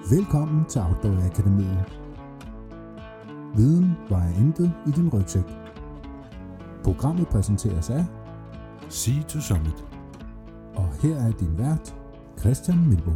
Velkommen til Outdoor Akademiet. Viden vejer intet i din rygsæk. Programmet præsenteres af Sea to Summit. Og her er din vært, Christian Milbo.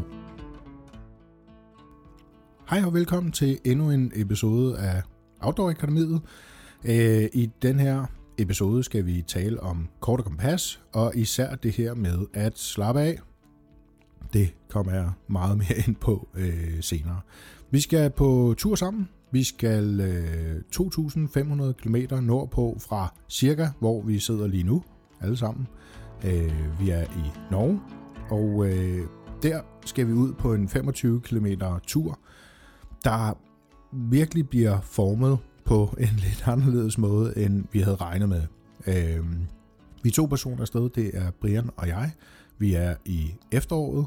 Hej og velkommen til endnu en episode af Outdoor Akademiet. I den her episode skal vi tale om kort og kompas, og især det her med at slappe af. Det kommer jeg meget mere ind på senere. Vi skal på tur sammen. Vi skal 2.500 km nordpå fra cirka, hvor vi sidder lige nu, alle sammen. Vi er i Norge, og der skal vi ud på en 25 km tur, der virkelig bliver formet på en lidt anderledes måde, end vi havde regnet med. Vi er 2 personer afsted, det er Brian og jeg. Vi er i efteråret,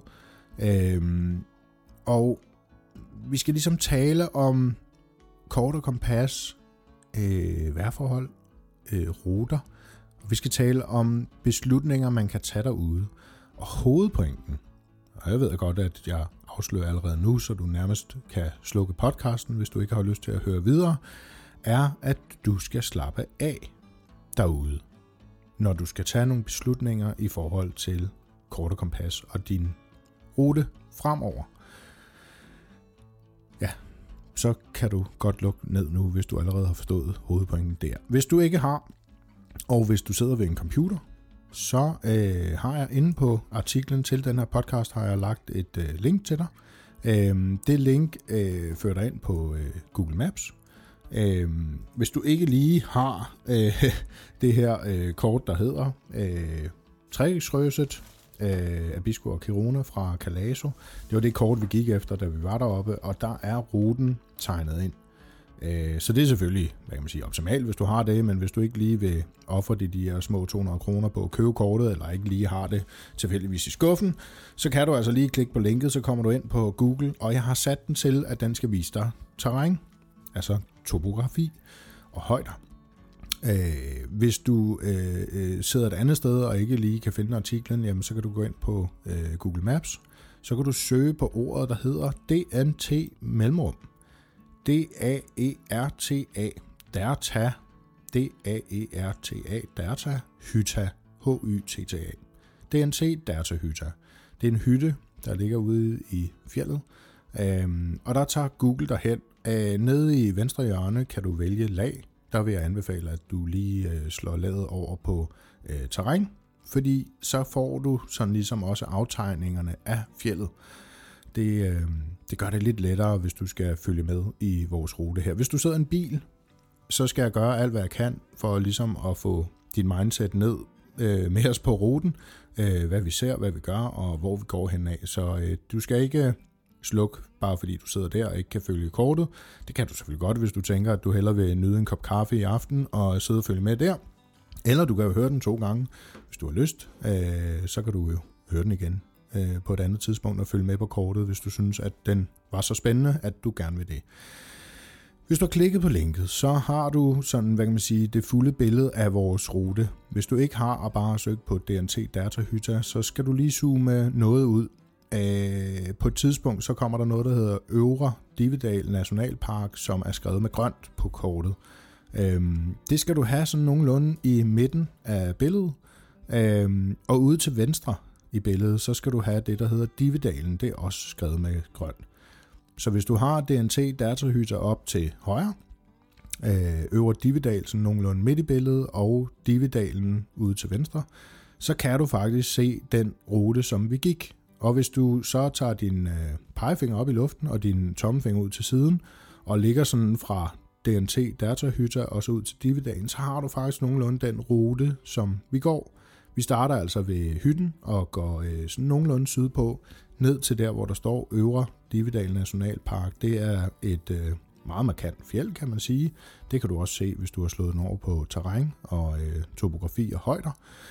og vi skal ligesom tale om kort og kompas, vejrforhold, ruter. Og vi skal tale om beslutninger, man kan tage derude. Og hovedpointen, og jeg ved godt, at jeg afslører allerede nu, så du nærmest kan slukke podcasten, hvis du ikke har lyst til at høre videre, er, at du skal slappe af derude, når du skal tage nogle beslutninger i forhold til kort og kompas og din rute fremover. Ja, så kan du godt lukke ned nu, hvis du allerede har forstået hovedpointen der. Hvis du ikke har, og hvis du sidder ved en computer, så har jeg inde på artiklen til den her podcast, har jeg lagt et link til dig. Det link fører dig ind på Google Maps. Hvis du ikke lige har det her kort, der hedder Trækkrydset Abisko og Kiruna fra Calazo. Det var det kort, vi gik efter, da vi var deroppe, og der er ruten tegnet ind. Så det er selvfølgelig, hvad kan man sige, optimalt, hvis du har det, men hvis du ikke lige vil ofre de her små 200 kroner på at købe kortet, eller ikke lige har det tilfældigvis i skuffen, så kan du altså lige klikke på linket, så kommer du ind på Google, og jeg har sat den til, at den skal vise dig terræn, altså topografi og højder. Hvis du sidder et andet sted og ikke lige kan finde artiklen, jamen, så kan du gå ind på Google Maps. Så kan du søge på ordet, der hedder DNT mellemrum. D-A-E-R-T-A, Derta, D-A-E-R-T-A, Derta, Hytta, H-Y-T-T-A. DNT Derta Hytta. Det er en hytte, der ligger ude i fjeldet, og der tager Google derhen. Nede i venstre hjørne kan du vælge lag. Der vil jeg anbefale, at du lige slår laget over på terræn, fordi så får du sådan ligesom også aftegningerne af fjeldet. Det gør det lidt lettere, hvis du skal følge med i vores rute her. Hvis du sidder i en bil, så skal jeg gøre alt, hvad jeg kan for ligesom at få dit mindset ned med os på ruten. Hvad vi ser, hvad vi gør og hvor vi går hen af. Så du skal ikke slukke, bare fordi du sidder der og ikke kan følge kortet. Det kan du selvfølgelig godt, hvis du tænker, at du hellere vil nyde en kop kaffe i aften og sidde og følge med der. Eller du kan jo høre den 2 gange, hvis du har lyst. Så kan du jo høre den igen på et andet tidspunkt og følge med på kortet, hvis du synes, at den var så spændende, at du gerne vil det. Hvis du har klikket på linket, så har du sådan, hvad kan man sige, det fulde billede af vores rute. Hvis du ikke har og bare har søgt på DNT Derta Hytta, så skal du lige zoome noget ud. På et tidspunkt, så kommer der noget, der hedder Øvre Dividal Nationalpark, som er skrevet med grønt på kortet. Det skal du have sådan nogenlunde i midten af billedet, og ude til venstre i billedet, så skal du have det, der hedder Dividalen. Det er også skrevet med grønt. Så hvis du har DNT Derta Hytta op til højre, Øvre Dividal sådan nogenlunde midt i billedet, og Dividalen ude til venstre, så kan du faktisk se den rute, som vi gik. Og hvis du så tager din pegefinger op i luften og din tommelfinger ud til siden og ligger sådan fra DNT Derta Hytta og så ud til Dividalen, så har du faktisk nogenlunde den rute, som vi går. Vi starter altså ved hytten og går sådan nogenlunde sydpå ned til der, hvor der står Øvre Dividal Nationalpark. Det er et meget markant fjeld, kan man sige. Det kan du også se, hvis du har slået den over på terræn og topografi og højder.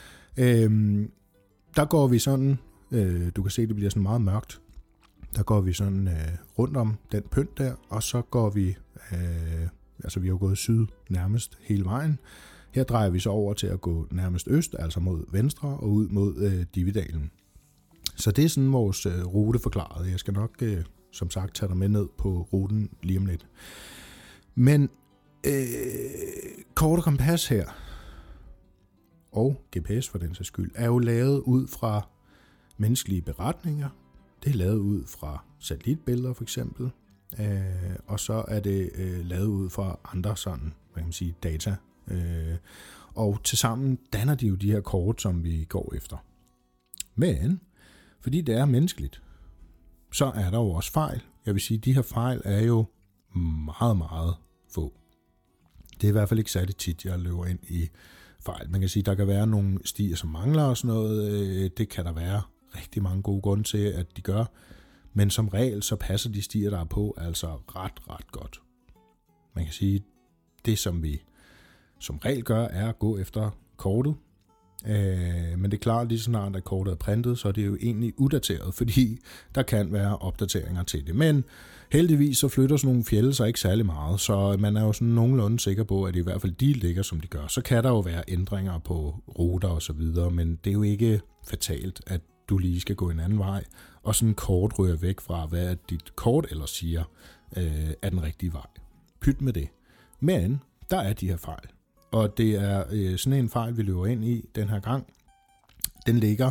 Der går vi sådan. Du kan se, at det bliver sådan meget mørkt. Der går vi sådan rundt om den pynt der, og så går vi, vi har gået syd nærmest hele vejen. Her drejer vi så over til at gå nærmest øst, altså mod venstre og ud mod Dividalen. Så det er sådan vores rute forklaret. Jeg skal nok som sagt tage dig med ned på ruten lige om lidt. Men kort og kompas her, og GPS for den sags skyld, er jo lavet ud fra menneskelige beretninger. Det er lavet ud fra satellitbilleder for eksempel, og så er det lavet ud fra andre sådan, hvad kan man sige, data. Og tilsammen danner de jo de her kort, som vi går efter. Men fordi det er menneskeligt, så er der jo også fejl. Jeg vil sige, at de her fejl er jo meget, meget få. Det er i hvert fald ikke særlig tit, jeg løber ind i fejl. Man kan sige, at der kan være nogle stier, som mangler og sådan noget. Det kan der være rigtig mange gode grunde til, at de gør. Men som regel, så passer de stier, der er på, altså ret godt. Man kan sige, at det, som vi som regel gør, er at gå efter kortet. Men det er klart, lige så snart at kortet er printet, så er det jo egentlig udateret, fordi der kan være opdateringer til det. Men heldigvis så flytter sådan nogle fjelde sig ikke særlig meget, så man er jo sådan nogenlunde sikker på, at i hvert fald de ligger, som de gør. Så kan der jo være ændringer på ruter og så videre, men det er jo ikke fatalt, at du lige skal gå en anden vej, og sådan kort ryger væk fra, hvad dit kort ellers siger, er den rigtige vej. Pyt med det. Men der er de her fejl. Og det er sådan en fejl, vi løber ind i den her gang. Den ligger,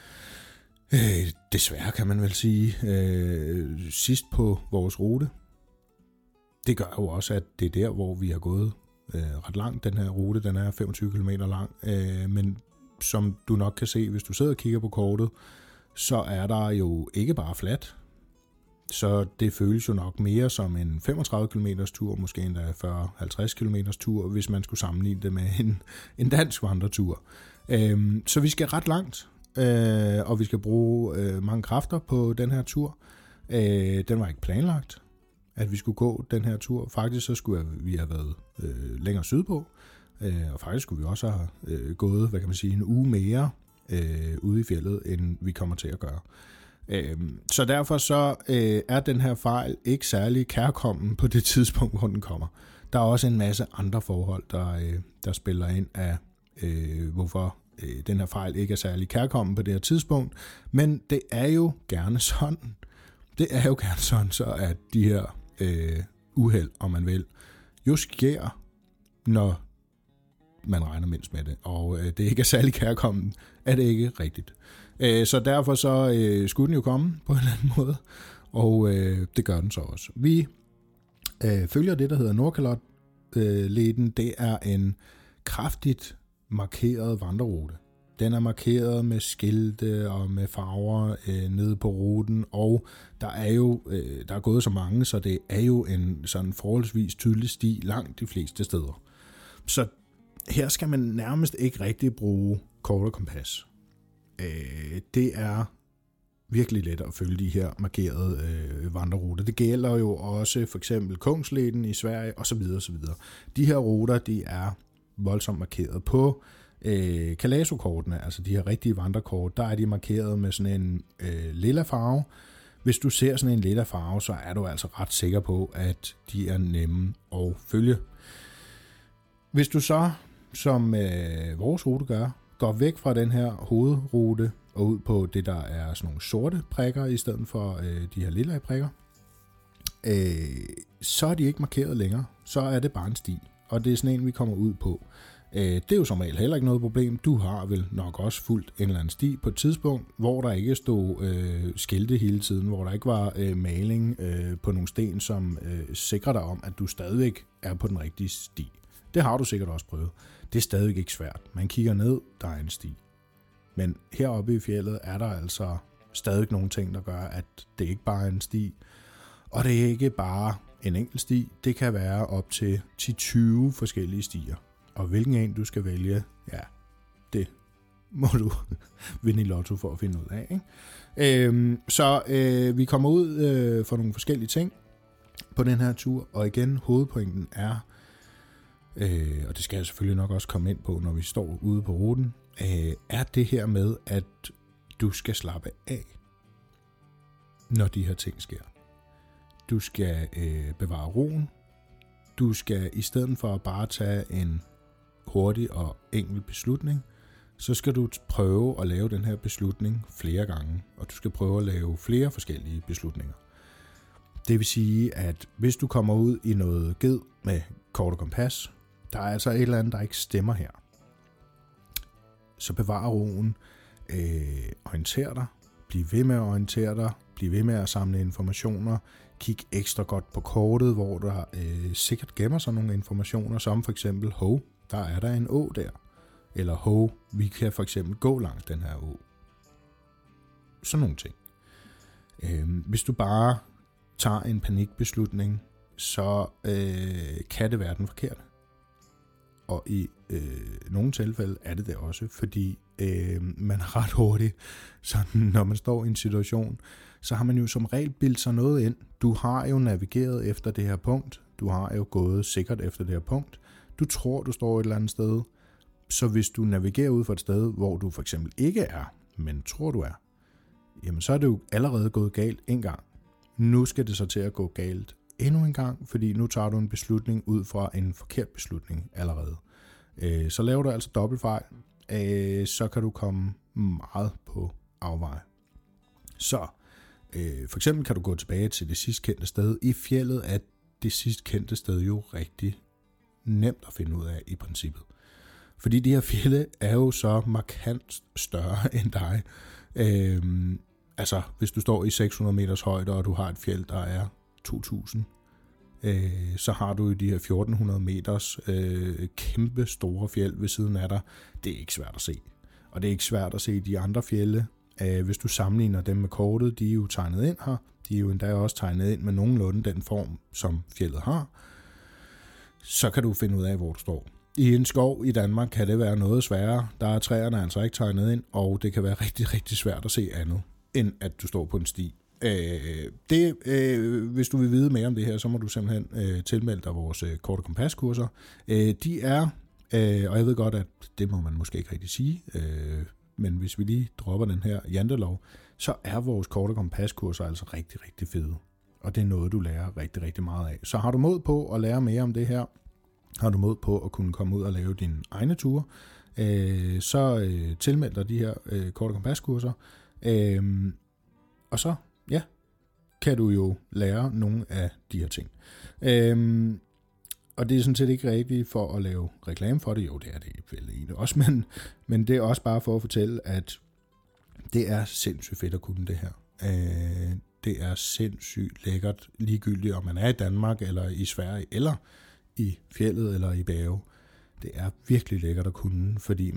desværre kan man vel sige, sidst på vores rute. Det gør jo også, at det er der, hvor vi har gået ret langt. Den her rute, den er 25 km lang. Men som du nok kan se, hvis du sidder og kigger på kortet, så er der jo ikke bare fladt. Så det føles jo nok mere som en 35 km tur, måske endda 40-50 km tur, hvis man skulle sammenligne det med en dansk vandretur. Så vi skal ret langt, og vi skal bruge mange kræfter på den her tur. Den var ikke planlagt, at vi skulle gå den her tur. Faktisk så skulle vi have været længere sydpå, og faktisk skulle vi også have gået, hvad kan man sige, en uge mere ude i fjeldet, end vi kommer til at gøre. Så derfor så er den her fejl ikke særlig kærkommen på det tidspunkt, hvor den kommer. Der er også en masse andre forhold, der spiller ind af, hvorfor den her fejl ikke er særlig kærkommen på det her tidspunkt. Men det er jo gerne sådan. Det er jo gerne sådan, så at de her uheld, om man vil, jo sker, når man regner mindst med det. Og det ikke er særlig kærkommen, er det ikke rigtigt. Så derfor så skulle den jo komme på en eller anden måde, og det gør den så også. Vi følger det, der hedder Nordkalotleden. Det er en kraftigt markeret vandrerute. Den er markeret med skilte og med farver nede på ruten, og der er gået så mange, så det er jo en sådan forholdsvis tydelig sti langt de fleste steder. Så her skal man nærmest ikke rigtig bruge kort og kompas. Det er virkelig let at følge de her markerede vandreruter. Det gælder jo også for eksempel Kungsleden i Sverige osv. osv. De her ruter, de er voldsomt markeret på Kalaso-kortene, altså de her rigtige vandrekort. Der er de markeret med sådan en lilla farve. Hvis du ser sådan en lilla farve, så er du altså ret sikker på, at de er nemme at følge. Hvis du så, som vores rute gør, går væk fra den her hovedrute og ud på det, der er sådan nogle sorte prikker, i stedet for de her lilla prikker, så er de ikke markeret længere. Så er det bare en sti, og det er sådan en, vi kommer ud på. Det er jo som regel heller ikke noget problem. Du har vel nok også fulgt en eller anden sti på et tidspunkt, hvor der ikke stod skilte hele tiden, hvor der ikke var maling på nogle sten, som sikrer dig om, at du stadigvæk er på den rigtige sti. Det har du sikkert også prøvet. Det er stadig ikke svært. Man kigger ned, der er en sti. Men heroppe i fjeldet er der altså stadig nogle ting, der gør, at det ikke bare er en sti. Og det er ikke bare en enkelt sti. Det kan være op til 10-20 forskellige stier. Og hvilken en du skal vælge, ja, det må du vinde i lotto for at finde ud af. Ikke? Så vi kommer ud for nogle forskellige ting på den her tur. Og igen, hovedpointen er, og det skal jeg selvfølgelig nok også komme ind på, når vi står ude på ruten, er det her med, at du skal slappe af, når de her ting sker. Du skal bevare roen. Du skal i stedet for at bare tage en hurtig og enkel beslutning, så skal du prøve at lave den her beslutning flere gange, og du skal prøve at lave flere forskellige beslutninger. Det vil sige, at hvis du kommer ud i noget ged med kort og kompas, der er altså et eller andet, der ikke stemmer her. Så bevar roen, orienter dig, bliv ved med at orientere dig, bliv ved med at samle informationer, kig ekstra godt på kortet, hvor der sikkert gemmer sig nogle informationer, som for eksempel, der er der en å der, eller vi kan for eksempel gå langs den her å. Sådan nogle ting. Hvis du bare tager en panikbeslutning, så kan det være den forkerte. Og i nogle tilfælde er det også, fordi man er ret hurtigt, sådan, når man står i en situation, så har man jo som regel bildt sig noget ind. Du har jo navigeret efter det her punkt, du har jo gået sikkert efter det her punkt, du tror, du står et eller andet sted, så hvis du navigerer ud for et sted, hvor du for eksempel ikke er, men tror du er, jamen så er det jo allerede gået galt en gang. Nu skal det så til at gå galt endnu en gang, fordi nu tager du en beslutning ud fra en forkert beslutning allerede. Så laver du altså dobbeltfejl, så kan du komme meget på afveje. Så for eksempel kan du gå tilbage til det sidst kendte sted. I fjeldet er det sidst kendte sted jo rigtig nemt at finde ud af i princippet. Fordi de her fjelde er jo så markant større end dig. Altså, hvis du står i 600 meters højde, og du har et fjeld, der er 2000, så har du jo de her 1400 meters kæmpe store fjeld ved siden af dig. Det er ikke svært at se. Og det er ikke svært at se de andre fjelde. Hvis du sammenligner dem med kortet, de er jo tegnet ind her. De er jo endda også tegnet ind med nogenlunde den form, som fjeldet har. Så kan du finde ud af, hvor du står. I en skov i Danmark kan det være noget sværere. Der er træerne altså ikke tegnet ind, og det kan være rigtig, rigtig svært at se andet, end at du står på en sti. Hvis du vil vide mere om det her, så må du simpelthen tilmelde dig vores kort- og kompaskurser. De er, og jeg ved godt, at det må man måske ikke rigtig sige, men hvis vi lige dropper den her jantelov, så er vores kort- og kompaskurser altså rigtig, rigtig fede. Og det er noget, du lærer rigtig, rigtig meget af. Så har du mod på at lære mere om det her, har du mod på at kunne komme ud og lave dine egne ture, så tilmeld dig de her kort- og kompaskurser. Og så, kan du jo lære nogle af de her ting. Og det er sådan set ikke rigtigt for at lave reklame for det. Jo, det er det vel egentlig også, men det er også bare for at fortælle, at det er sindssygt fedt at kunne det her. Det er sindssygt lækkert, ligegyldigt om man er i Danmark, eller i Sverige, eller i fjeldet, eller i bjerge. Det er virkelig lækkert at kunne, fordi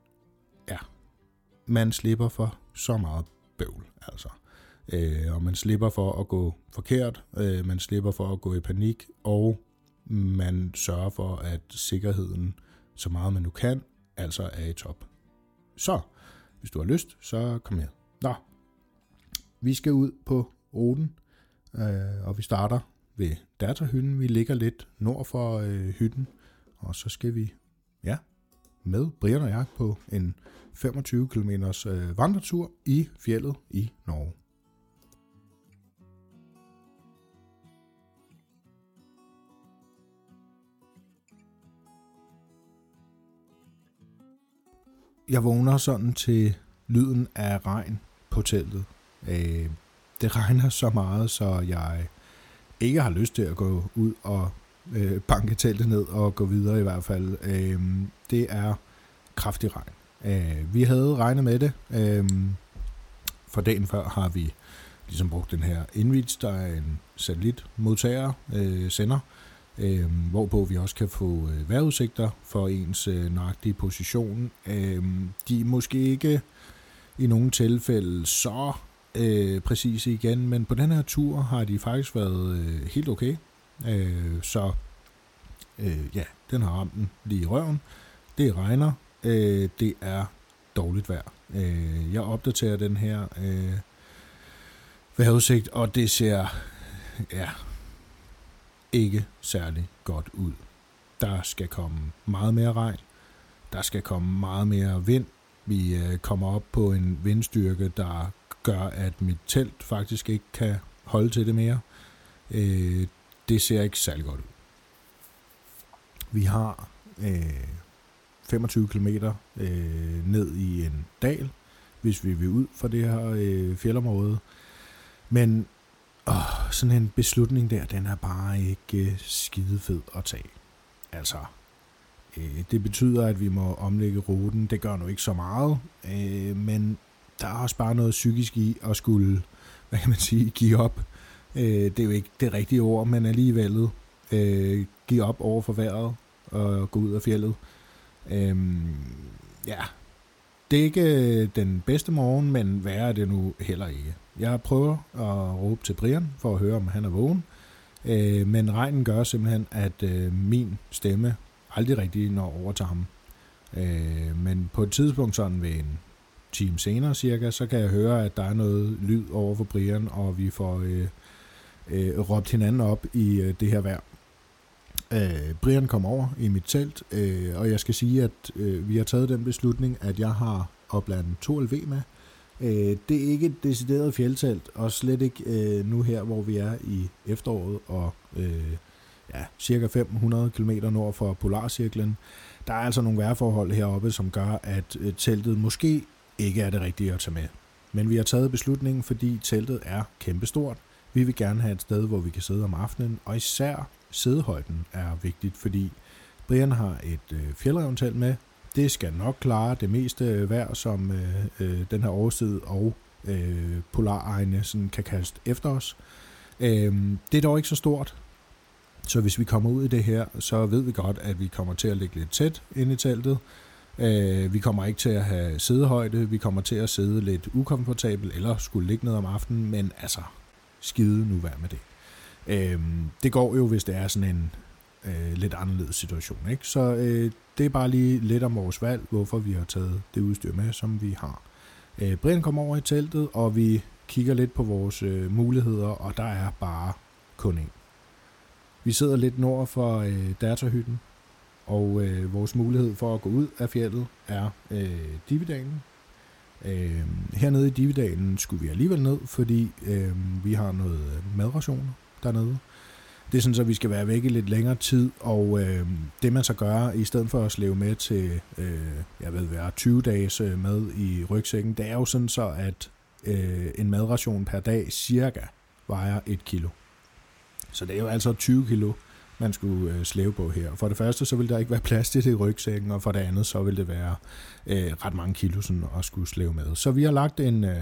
man slipper for så meget bøvl, altså. Og man slipper for at gå forkert, man slipper for at gå i panik, og man sørger for, at sikkerheden, så meget man nu kan, altså er i top. Så, hvis du har lyst, så kom med. Nå, vi skal ud på ruten, og vi starter ved Derta-hytten. Vi ligger lidt nord for hytten, og så skal vi, med Brian og jeg på en 25 km vandretur i fjeldet i Norge. Jeg vågner sådan til lyden af regn på teltet. Det regner så meget, så jeg ikke har lyst til at gå ud og banke teltet ned og gå videre i hvert fald. Det er kraftig regn. Vi havde regnet med det. For dagen før har vi ligesom brugt den her Inwitch, der er en satellitmodtager, sender, hvorpå vi også kan få vejrudsigter for ens nøjagtige position. De er måske ikke i nogle tilfælde så præcise igen, men på den her tur har de faktisk været helt okay. Så den har ramt den lige i røven. Det regner. Det er dårligt vejr. Jeg opdaterer den her vejrudsigt, og det ser ikke særlig godt ud. Der skal komme meget mere regn. Der skal komme meget mere vind. Vi kommer op på en vindstyrke, der gør, at mit telt faktisk ikke kan holde til det mere. Det ser ikke særlig godt ud. Vi har 25 km ned i en dal, hvis vi vil ud fra det her fjeldområde. Men sådan en beslutning der, den er bare ikke skide fed at tage. Altså, det betyder, at vi må omlægge ruten. Det gør nu ikke så meget, men der er også bare noget psykisk i at skulle, hvad kan man sige, give op. Det er jo ikke det rigtige ord, men alligevel give op over for vejret og gå ud af fjeldet. Det er ikke den bedste morgen, men værre er det nu heller ikke. Jeg prøver at råbe til Brian for at høre, om han er vågen, men regnen gør simpelthen, at min stemme aldrig rigtig når over til ham. Men på et tidspunkt, sådan ved en time senere cirka, så kan jeg høre, at der er noget lyd over for Brian, og vi får råbt hinanden op i det her vejr. Brian kom over i mit telt, og jeg skal sige, at vi har taget den beslutning, at jeg har oplandet 2LV med. Det er ikke et decideret fjeldtelt, og slet ikke nu her, hvor vi er i efteråret, og cirka 500 km nord for Polarcirklen. Der er altså nogle vejrforhold heroppe, som gør, at teltet måske ikke er det rigtige at tage med. Men vi har taget beslutningen, fordi teltet er kæmpestort. Vi vil gerne have et sted, hvor vi kan sidde om aftenen, og især sædehøjden er vigtigt, fordi Brian har et fjeldrevntelt med. Det skal nok klare det meste vejr, som den her årstid og polaregne sådan kan kaste efter os. Det er dog ikke så stort, så hvis vi kommer ud i det her, så ved vi godt, at vi kommer til at ligge lidt tæt inde i teltet. Vi kommer ikke til at have sædehøjde, vi kommer til at sidde lidt ukomfortabelt, eller skulle ligge ned om aftenen, men altså, skide nu være med det. Det går jo, hvis det er sådan en lidt anderledes situation, ikke? Så det er bare lige lidt om vores valg, hvorfor vi har taget det udstyr med, som vi har. Brian kommer over i teltet, og vi kigger lidt på vores muligheder, og der er bare kun én. Vi sidder lidt nord for Datahytten, og vores mulighed for at gå ud af fjeldet er Dividalen. Hernede i Dividalen skulle vi alligevel ned, fordi vi har noget madrationer dernede. Det er sådan, at vi skal være væk i lidt længere tid, og det man så gør, i stedet for at slæve med til, 20 dages mad i rygsækken, det er jo sådan så, at en madration per dag cirka vejer 1 kilo. Så det er jo altså 20 kilo, man skulle slæve på her. For det første, så vil der ikke være plads til det i rygsækken, og for det andet, så vil det være ret mange kilo sådan, at skulle slæve med. Så vi har lagt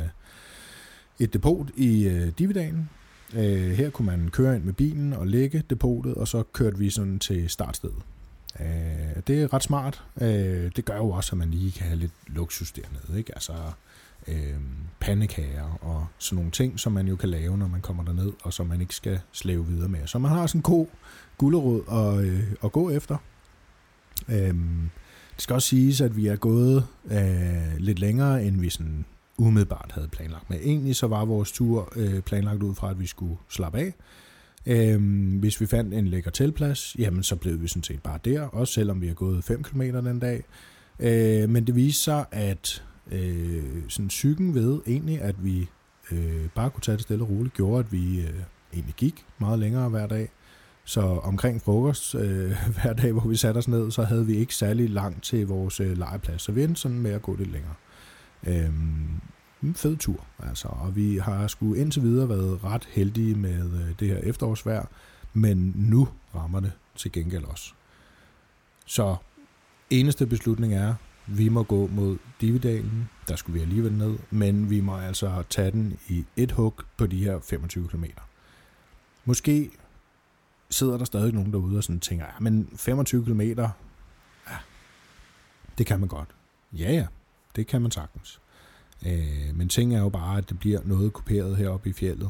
et depot i Dividalen. Her kunne man køre ind med bilen og lægge depotet, og så kørte vi sådan til startstedet. Det er ret smart. Det gør jo også, at man lige kan have lidt luksus dernede, ikke? Altså pandekager og sådan nogle ting, som man jo kan lave, når man kommer derned, og som man ikke skal slæve videre med. Så man har sådan en god gulerod at gå efter. Det skal også siges, at vi er gået lidt længere, end vi sådan umiddelbart havde planlagt med. Egentlig så var vores tur planlagt ud fra, at vi skulle slappe af. Hvis vi fandt en lækker teltplads, jamen så blev vi sådan set bare der, også selvom vi har gået 5 km den dag. Men det viste sig, at sådan psyken ved egentlig, at vi bare kunne tage det stille og roligt, gjorde, at vi egentlig gik meget længere hver dag. Så omkring frokost hver dag, hvor vi satte os ned, så havde vi ikke særlig langt til vores legeplads. Så vi endte sådan med at gå lidt længere. Fed tur, altså. Og vi har sgu indtil videre været ret heldige med det her efterårsvejr, men nu rammer det til gengæld også. Så eneste beslutning er, vi må gå mod Dividalen, der skulle vi alligevel ned, men vi må altså tage den i et hug på de her 25 km. Måske sidder der stadig nogen derude og sådan tænker, ja, men 25 km, ja, det kan man godt. Ja, det kan man sagtens. Men ting er jo bare, at det bliver noget kuperet heroppe i fjeldet.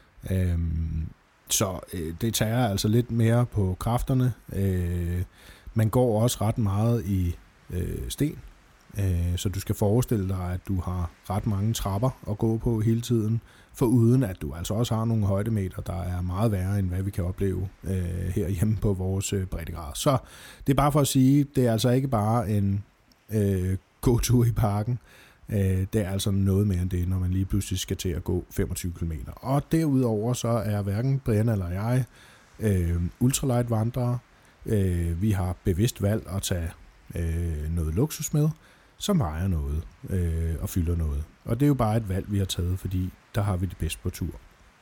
Så det tager altså lidt mere på kræfterne. Man går også ret meget i sten. Så du skal forestille dig, at du har ret mange trapper at gå på hele tiden, foruden at du altså også har nogle højdemeter, der er meget værre, end hvad vi kan opleve herhjemme på vores breddegrad. Så det er bare for at sige, det er altså ikke bare en gåtur i parken. Det er altså noget mere end det, når man lige pludselig skal til at gå 25 km. Og derudover så er hverken Brian eller jeg ultralight vandrere. Vi har bevidst valgt at tage noget luksus med, som vejer noget og fylder noget. Og det er jo bare et valg, vi har taget, fordi der har vi det bedst på tur.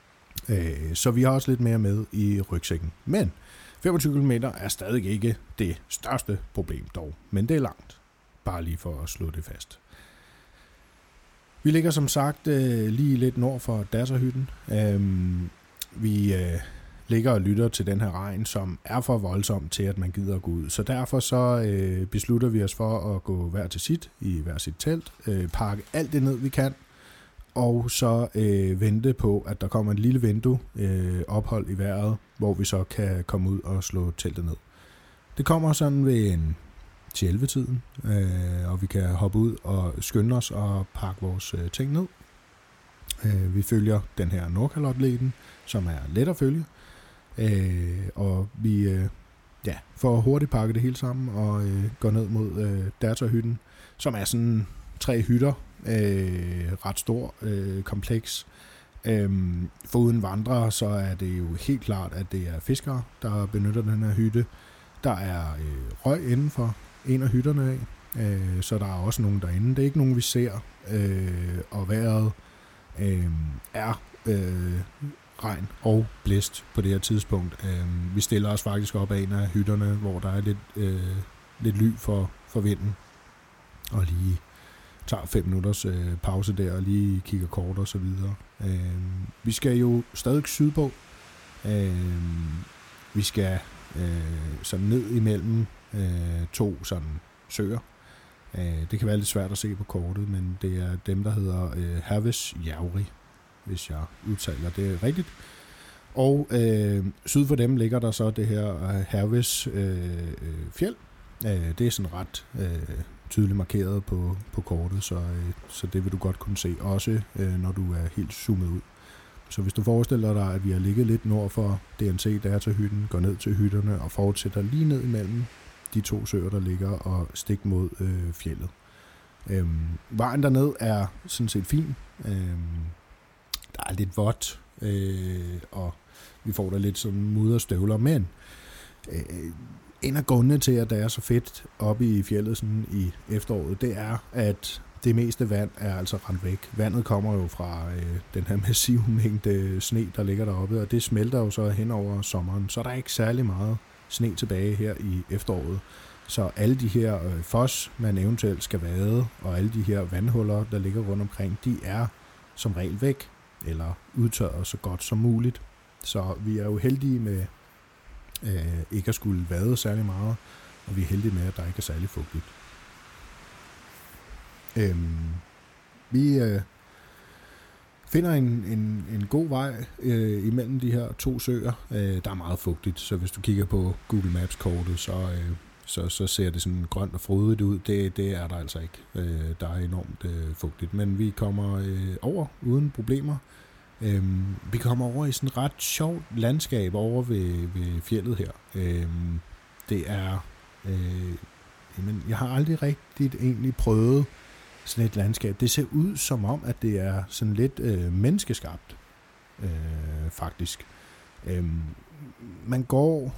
Så vi har også lidt mere med i rygsækken. Men 25 km er stadig ikke det største problem dog, men det er langt. Bare lige for at slå det fast. Vi ligger som sagt lige lidt nord for Dasserhytten. Vi ligger og lytter til den her regn, som er for voldsom til, at man gider at gå ud. Så derfor så beslutter vi os for at gå hver til sit i hver sit telt, pakke alt det ned, vi kan, og så vente på, at der kommer et lille vindue, ophold i vejret, hvor vi så kan komme ud og slå teltet ned. Det kommer sådan ved en 11-tiden, og vi kan hoppe ud og skynde os og pakke vores ting ned. Vi følger den her Nordkalotleden, som er let at følge, og vi får hurtigt pakket det hele sammen og går ned mod Dasserhytten, som er sådan 3 hytter, ret stor kompleks. Foruden vandrere, så er det jo helt klart, at det er fiskere, der benytter den her hytte. Der er røg inden for en af hytterne af, så der er også nogen derinde. Det er ikke nogen, vi ser, og vejret er regn og blæst på det her tidspunkt. Vi stiller os faktisk op af en af hytterne, hvor der er lidt ly for vinden, og lige tager 5 minutters pause der, og lige kigger kort og så videre. Vi skal jo stadig sydpå. Vi skal sådan ned imellem 2 sådan søer. Det kan være lidt svært at se på kortet, men det er dem, der hedder Hervesjavri, hvis jeg udtaler det rigtigt. Og syd for dem ligger der så det her Herves fjeld. Det er sådan ret tydeligt markeret på kortet, så det vil du godt kunne se, også når du er helt zoomet ud. Så hvis du forestiller dig, at vi har ligget lidt nord for DNC, der er til hytten, går ned til hytterne og fortsætter lige ned imellem de 2 søer, der ligger og stik mod fjeldet. Vejen derned er sådan set fin. Der er lidt vådt, og vi får der lidt sådan mudderstøvler, men en af grundene til, at der er så fedt oppe i fjeldet sådan i efteråret, det er, at det meste vand er altså rendt væk. Vandet kommer jo fra den her massive mængde sne, der ligger deroppe, og det smelter jo så hen over sommeren, så der er ikke særlig meget sne tilbage her i efteråret. Så alle de her fos, man eventuelt skal vade, og alle de her vandhuller, der ligger rundt omkring, de er som regel væk, eller udtørret så godt som muligt. Så vi er jo heldige med ikke at skulle vade særlig meget, og vi er heldige med, at der ikke er særlig fugtigt. Vi finder en god vej imellem de her 2 søer. Der er meget fugtigt, så hvis du kigger på Google Maps-kortet, så ser det sådan grønt og frodigt ud. Det er der altså ikke. Der er enormt fugtigt, men vi kommer over uden problemer. Vi kommer over i sådan et ret sjovt landskab over ved fjeldet her. Det er... jeg har aldrig rigtigt egentlig prøvet sådan et landskab. Det ser ud som om, at det er sådan lidt menneskeskabt, faktisk. Man går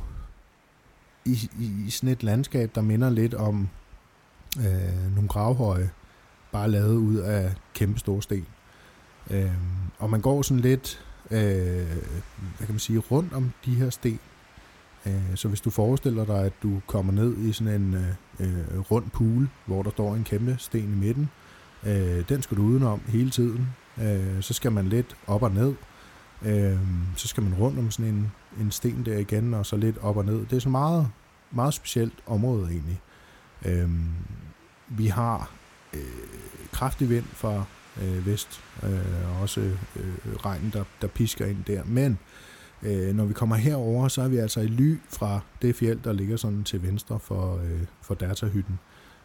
i sådan et landskab, der minder lidt om nogle gravhøje, bare lavet ud af kæmpe store sten. Og man går sådan lidt, hvad kan man sige, rundt om de her sten. Så hvis du forestiller dig, at du kommer ned i sådan en rund pool, hvor der står en kæmpe sten i midten, den skal du udenom hele tiden. Så skal man lidt op og ned. Så skal man rundt om sådan en sten der igen, og så lidt op og ned. Det er så meget, meget specielt område egentlig. Vi har kraftig vind fra vest, og også regn, der pisker ind der. Men når vi kommer herover, så er vi altså i ly fra det fjeld, der ligger sådan til venstre for Dasserhytten.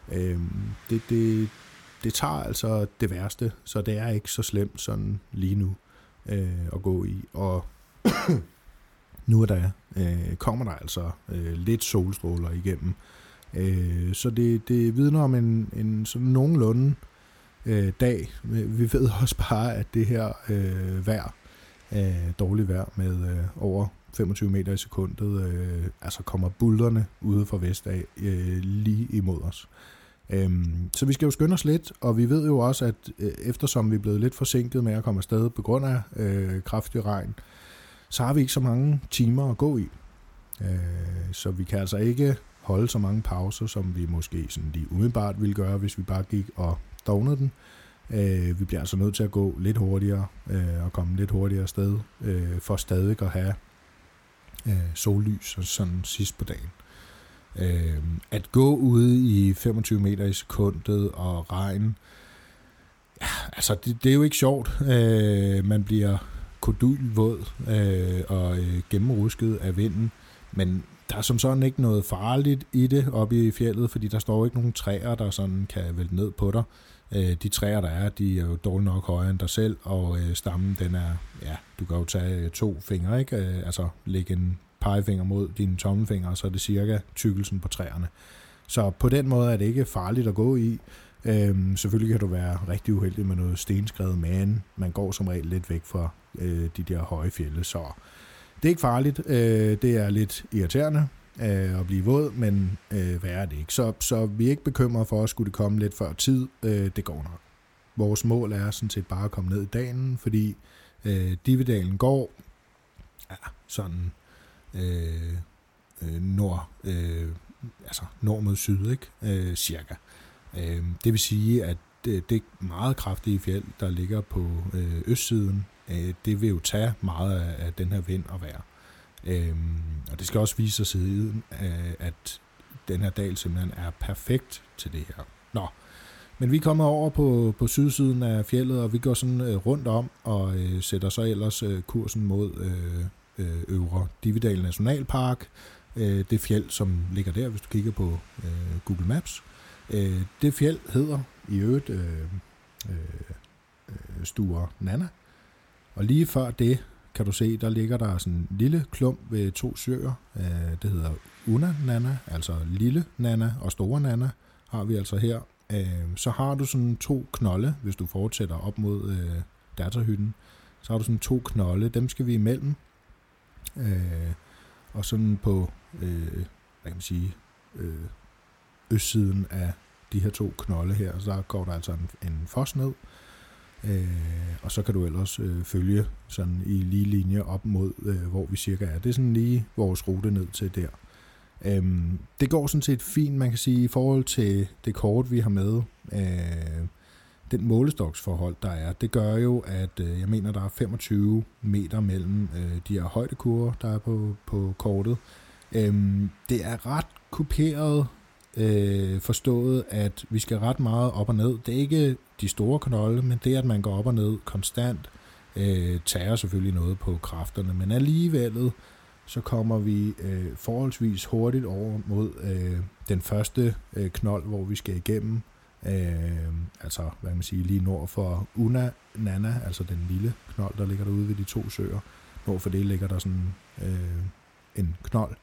Det tager altså det værste, så det er ikke så slemt sådan lige nu at gå i. Og nu kommer der altså lidt solstråler igennem. Så det vidner om en sådan nogenlunde dag. Vi ved også bare, at det her vejr, dårligt vejr med over 25 meter i sekundet, altså kommer buldrene ude fra vest af lige imod os. Så vi skal jo skynde os lidt, og vi ved jo også, at eftersom vi er blevet lidt forsinket med at komme afsted på grund af kraftig regn, så har vi ikke så mange timer at gå i. Så vi kan altså ikke holde så mange pauser, som vi måske sådan lige umiddelbart ville gøre, hvis vi bare gik og dognede den. Vi bliver altså nødt til at gå lidt hurtigere og komme lidt hurtigere afsted, for stadig at have sollys og sådan sidst på dagen. At gå ude i 25 meter i sekundet og regn, ja, altså det er jo ikke sjovt. Man bliver kodylvåd og gennemrusket af vinden, men der er som sådan ikke noget farligt i det oppe i fjeldet, fordi der står ikke nogen træer, der sådan kan vælte ned på dig. De træer, der er, de er jo dårligt nok højere end dig selv, og stammen, den er, ja, du kan jo tage 2 fingre, ikke? Altså lægge en pegefinger mod dine tommelfinger, og så er det cirka tykkelsen på træerne. Så på den måde er det ikke farligt at gå i. Selvfølgelig kan du være rigtig uheldig med noget stenskred, men man går som regel lidt væk fra de der høje fjelde, så det er ikke farligt. Det er lidt irriterende at blive våd, men hvad er det ikke? Så vi er ikke bekymrede for, at skulle det komme lidt før tid. Det går nok. Vores mål er sådan set bare at komme ned i dalen, fordi Divedalen går sådan nord mod syd, ikke? Cirka. Det vil sige, at det meget kraftige fjeld, der ligger på østsiden, det vil jo tage meget af den her vind og vejr. Og det skal også vise sig siden, at den her dal simpelthen er perfekt til det her. Nå, men vi er kommet over på sydsiden af fjeldet, og vi går sådan rundt om og sætter så ellers kursen mod Øvre Divedal Nationalpark. Det fjeld, som ligger der, hvis du kigger på Google Maps. Det fjeld hedder i øvrigt Sture Nanna. Og lige før det, kan du se, der ligger der sådan en lille klump ved 2 søer. Det hedder Una Nanna, altså Lille Nanna og Store Nanna har vi altså her. Så har du sådan 2 knolde, hvis du fortsætter op mod Daterhytten. Så har du sådan 2 knolde, dem skal vi imellem. Og sådan på, hvad kan man sige, østsiden af de her 2 knolde her, så der går der altså en fos ned. Og så kan du ellers følge sådan i lige linje op mod, hvor vi cirka er. Det er sådan lige vores rute ned til der. Det går sådan set fint, man kan sige, i forhold til det kort, vi har med. Den målestoksforhold, der er, det gør jo, at jeg mener, der er 25 meter mellem de her højdekurver, der er på kortet. Det er ret kuperet, forstået, at vi skal ret meget op og ned. Det er ikke de store knolde, men det, at man går op og ned konstant, tager selvfølgelig noget på kræfterne, men alligevel så kommer vi forholdsvis hurtigt over mod den første knold, hvor vi skal igennem, altså hvad kan man sige, lige nord for Una Nanna, altså den lille knold, der ligger derude ved de 2 søer. Nord for det ligger der sådan en knold.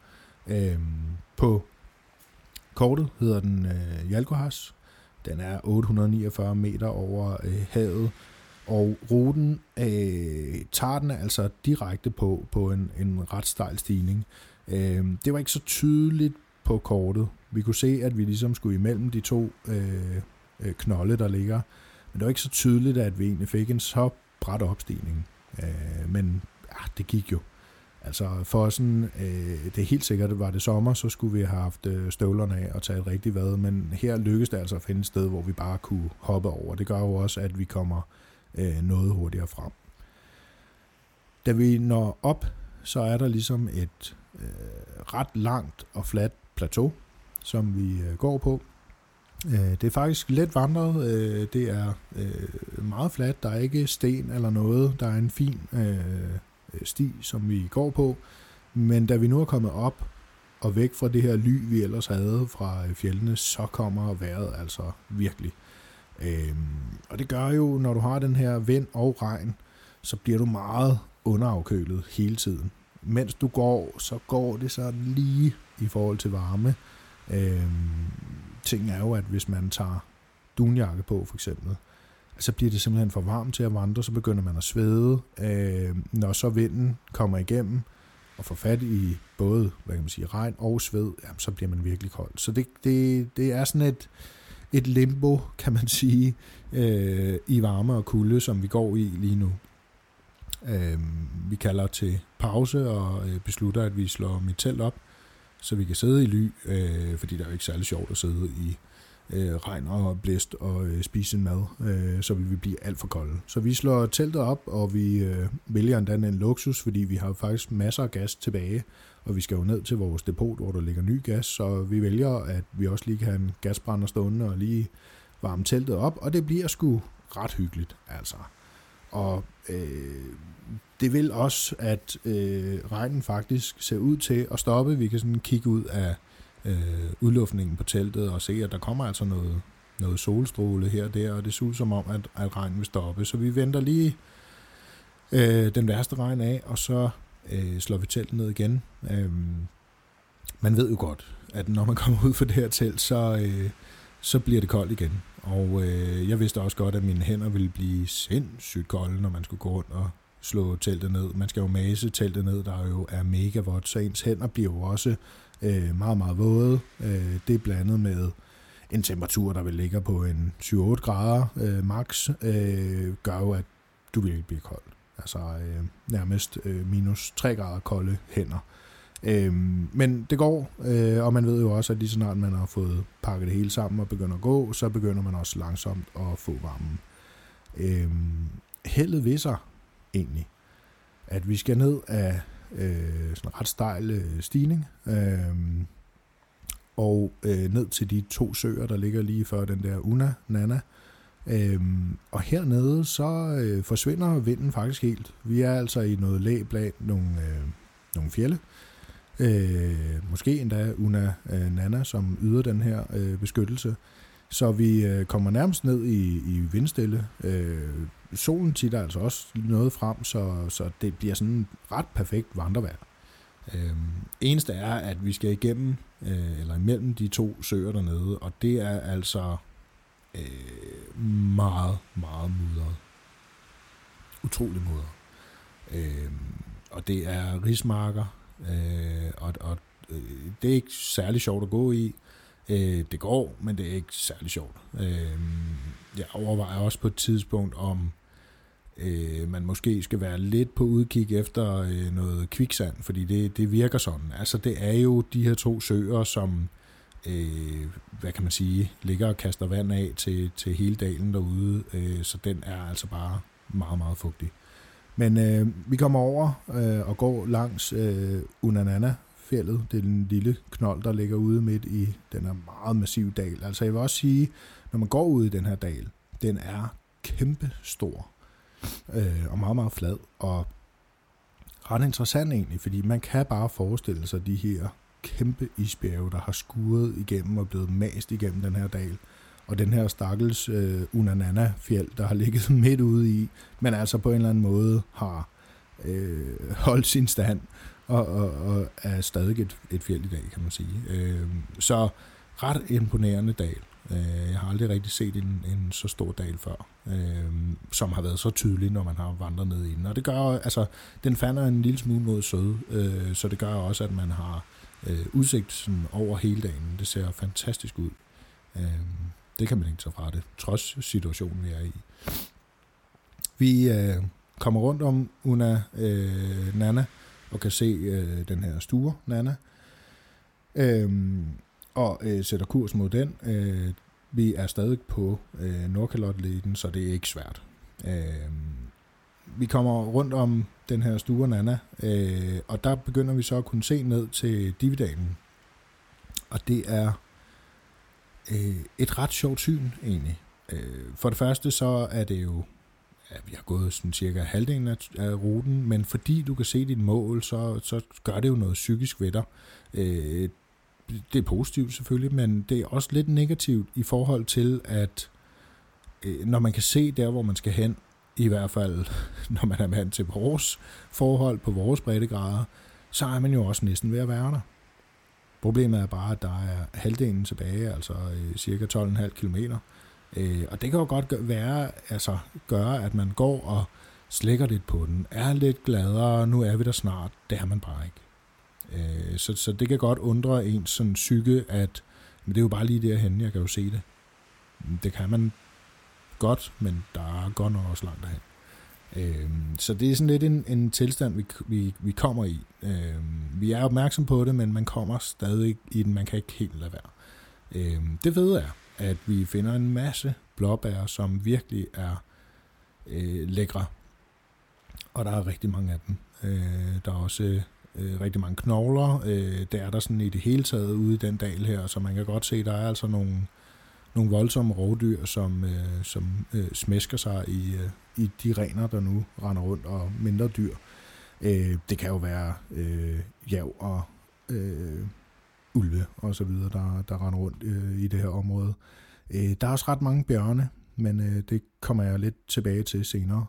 På kortet hedder den Jalkohas. Den er 849 meter over havet, og ruten tager den altså direkte på en ret stejl stigning. Det var ikke så tydeligt på kortet. Vi kunne se, at vi ligesom skulle imellem de 2 knolde, der ligger, men det var ikke så tydeligt, at vi egentlig fik en så brat opstigning. Men ja, det gik jo. Altså for sådan, det er helt sikkert, at var det sommer, så skulle vi have haft støvlerne af og taget rigtig vad, men her lykkedes det altså at finde et sted, hvor vi bare kunne hoppe over. Det gør jo også, at vi kommer noget hurtigere frem. Da vi når op, så er der ligesom et ret langt og fladt plateau, som vi går på. Det er faktisk let vandret. Det er meget fladt. Der er ikke sten eller noget. Der er en fin sti, som vi går på. Men da vi nu er kommet op og væk fra det her ly, vi ellers havde fra fjeldene, så kommer vejret altså virkelig. Og det gør jo, når du har den her vind og regn, så bliver du meget underafkølet hele tiden. Mens du går, så går det sådan lige i forhold til varme. Ting er jo, at hvis man tager dunjakke på for eksempel, så bliver det simpelthen for varmt til at vandre, så begynder man at svede. Når så vinden kommer igennem og får fat i både, hvad kan man sige, regn og sved, jamen, så bliver man virkelig kold. Så det er sådan et limbo, kan man sige, i varme og kulde, som vi går i lige nu. Vi kalder til pause og beslutter, at vi slår mit telt op, så vi kan sidde i ly, fordi det er jo ikke særlig sjovt at sidde i regn og blæst og spise en mad, så vil vi blive alt for kolde. Så vi slår teltet op, og vi vælger endda en luksus, fordi vi har faktisk masser af gas tilbage, og vi skal jo ned til vores depot, hvor der ligger ny gas, så vi vælger, at vi også lige kan have en gasbrænder stående og lige varme teltet op, og det bliver sgu ret hyggeligt, altså. Og det vil også, at regnen faktisk ser ud til at stoppe. Vi kan sådan kigge ud af udluftningen på teltet og se, at der kommer altså noget solstråle her og der, og det ser ud som om, at regnen vil stoppe. Så vi venter lige den værste regn af, og så slår vi teltet ned igen. Man ved jo godt, at når man kommer ud for det her telt, så bliver det koldt igen. Og jeg vidste også godt, at mine hænder ville blive sindssygt kolde, når man skulle gå rundt og slå teltet ned. Man skal jo mase teltet ned, der jo er mega vådt, så ens hænder bliver jo også meget, meget våde. Det er blandet med en temperatur, der vil ligge på en 7-8 grader max, gør jo, at du vil blive kold. Altså nærmest minus 3 grader kolde hænder. Men det går, og man ved jo også, at lige så snart man har fået pakket det hele sammen og begynder at gå, så begynder man også langsomt at få varmen. Heldet ved sig egentlig, at vi skal ned af sådan en ret stejl stigning, og ned til de 2 søer, der ligger lige før den der Una Nana. Og hernede så forsvinder vinden faktisk helt. Vi er altså i noget læ blandt nogle fjelde. Måske endda Una Nana, som yder den her beskyttelse. Så vi kommer nærmest ned i vindstille. Solen titter altså også noget frem, så det bliver sådan ret perfekt vandrevejr. Eneste er, at vi skal igennem, eller imellem de 2 søer dernede, og det er altså meget, meget mudret. Utrolig mudret. Og det er rismarker, og det er ikke særlig sjovt at gå i. Det går, men det er ikke særlig sjovt. Jeg overvejer også på et tidspunkt, om man måske skal være lidt på udkig efter noget kviksand, fordi det virker sådan. Altså det er jo de her 2 søer, som hvad kan man sige, ligger og kaster vand af til hele dalen derude, så den er altså bare meget, meget fugtig. Men vi kommer over og går langs Unanana-fjeldet. Det er den lille knold, der ligger ude midt i den her meget massive dal. Altså jeg vil også sige, når man går ud i den her dal, den er kæmpe stor og meget, meget flad. Og ret interessant egentlig, fordi man kan bare forestille sig de her kæmpe isbjerge, der har skuret igennem og blevet mast igennem den her dal. Og den her stakkels Unanana-fjeld, der har ligget midt ude i, men altså på en eller anden måde har holdt sin stand og er stadig et fjeld i dag, kan man sige. Så ret imponerende dal. Jeg har aldrig rigtig set en så stor dal før, som har været så tydelig, når man har vandret ned i den. Og det gør, altså, den fander en lille smule mod syd, så det gør også, at man har udsigt sådan over hele dagen. Det ser fantastisk ud. Det kan man ikke tage fra det, trods situationen, vi er i. Vi kommer rundt om Una Nana og kan se den her Sture Nana, og sætter kurs mod den. Vi er stadig på Nordkalotleden, så det er ikke svært. Vi kommer rundt om den her Sture Nana, og der begynder vi så at kunne se ned til Dividalen. Og det er et ret sjovt syn, egentlig. For det første så er det jo, vi har gået sådan cirka halvdelen af ruten, men fordi du kan se dit mål, så gør det jo noget psykisk ved dig. Det er positivt selvfølgelig, men det er også lidt negativt i forhold til, at når man kan se der, hvor man skal hen, i hvert fald når man er vant til vores forhold på vores breddegrader, så er man jo også næsten ved at være der. Problemet er bare, at der er halvdelen tilbage, altså cirka 12,5 kilometer. Og det kan jo godt gøre, at man går og slækker lidt på den, er lidt gladere, nu er vi der snart. Det er man bare ikke. Så det kan godt undre ens sådan psyke, at men det er jo bare lige derhenne, jeg kan jo se det. Det kan man godt, men der er godt nok også langt derhen. Så det er sådan lidt en tilstand, vi kommer i. Vi er opmærksom på det, men man kommer stadig i den. Man kan ikke helt lade være. Det fede er, at vi finder en masse blåbær, som virkelig er lækre. Og der er rigtig mange af dem. Der er også rigtig mange knogler. Der er der sådan i det hele taget ude i den dal her, så man kan godt se, der er altså nogle voldsomme rovdyr, som smæsker sig i de rener, der nu render rundt, og mindre dyr. Det kan jo være jav og ulve og så videre, der render rundt i det her område. Der er også ret mange bjørne, men det kommer jeg lidt tilbage til senere.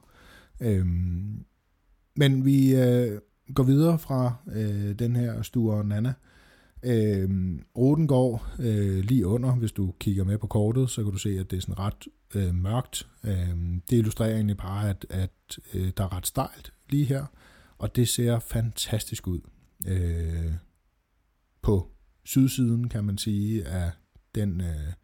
Men vi går videre fra den her Sture Nanna. Ruten går lige under. Hvis du kigger med på kortet, så kan du se, at det er sådan ret mørkt. Det illustrerer egentlig bare, at der er ret stejlt lige her, og det ser fantastisk ud. På sydsiden, kan man sige, af den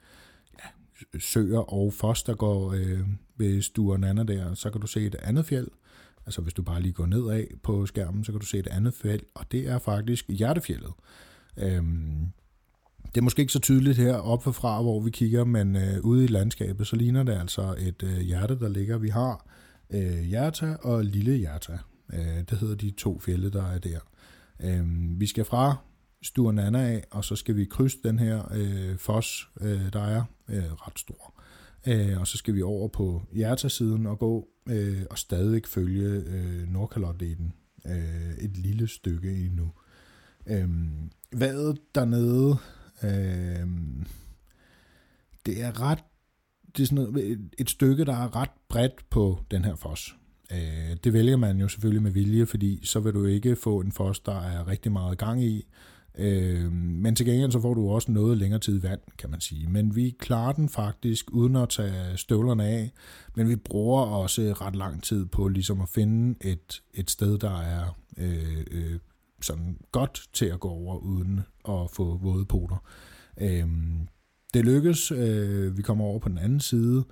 søer og fos, der går ved Sture Nanna der, så kan du se et andet fjeld. Altså hvis du bare lige går nedad på skærmen, så kan du se et andet fjeld, og det er faktisk Hjertefjeldet. Det er måske ikke så tydeligt her oppe fra, hvor vi kigger, men ude i landskabet, så ligner det altså et hjerte, der ligger. Vi har Hjerta og Lille Hjerta. Det hedder de 2 fjelde, der er der. Vi skal fra Sture Nanna af, og så skal vi krydse den her fos, der er ret stor. Og så skal vi over på Hjerta-siden og gå og stadig følge Nordkalotleden et lille stykke endnu. Vandet dernede, det er sådan noget, et stykke, der er ret bredt på den her fos. Det vælger man jo selvfølgelig med vilje, fordi så vil du ikke få en fos, der er rigtig meget gang i. Men til gengæld så får du også noget længere tid vand, kan man sige. Men vi klarer den faktisk uden at tage støvlerne af, men vi bruger også ret lang tid på ligesom at finde et sted, der er sådan godt til at gå over uden at få våde poter. Det lykkes. Vi kommer over på den anden side.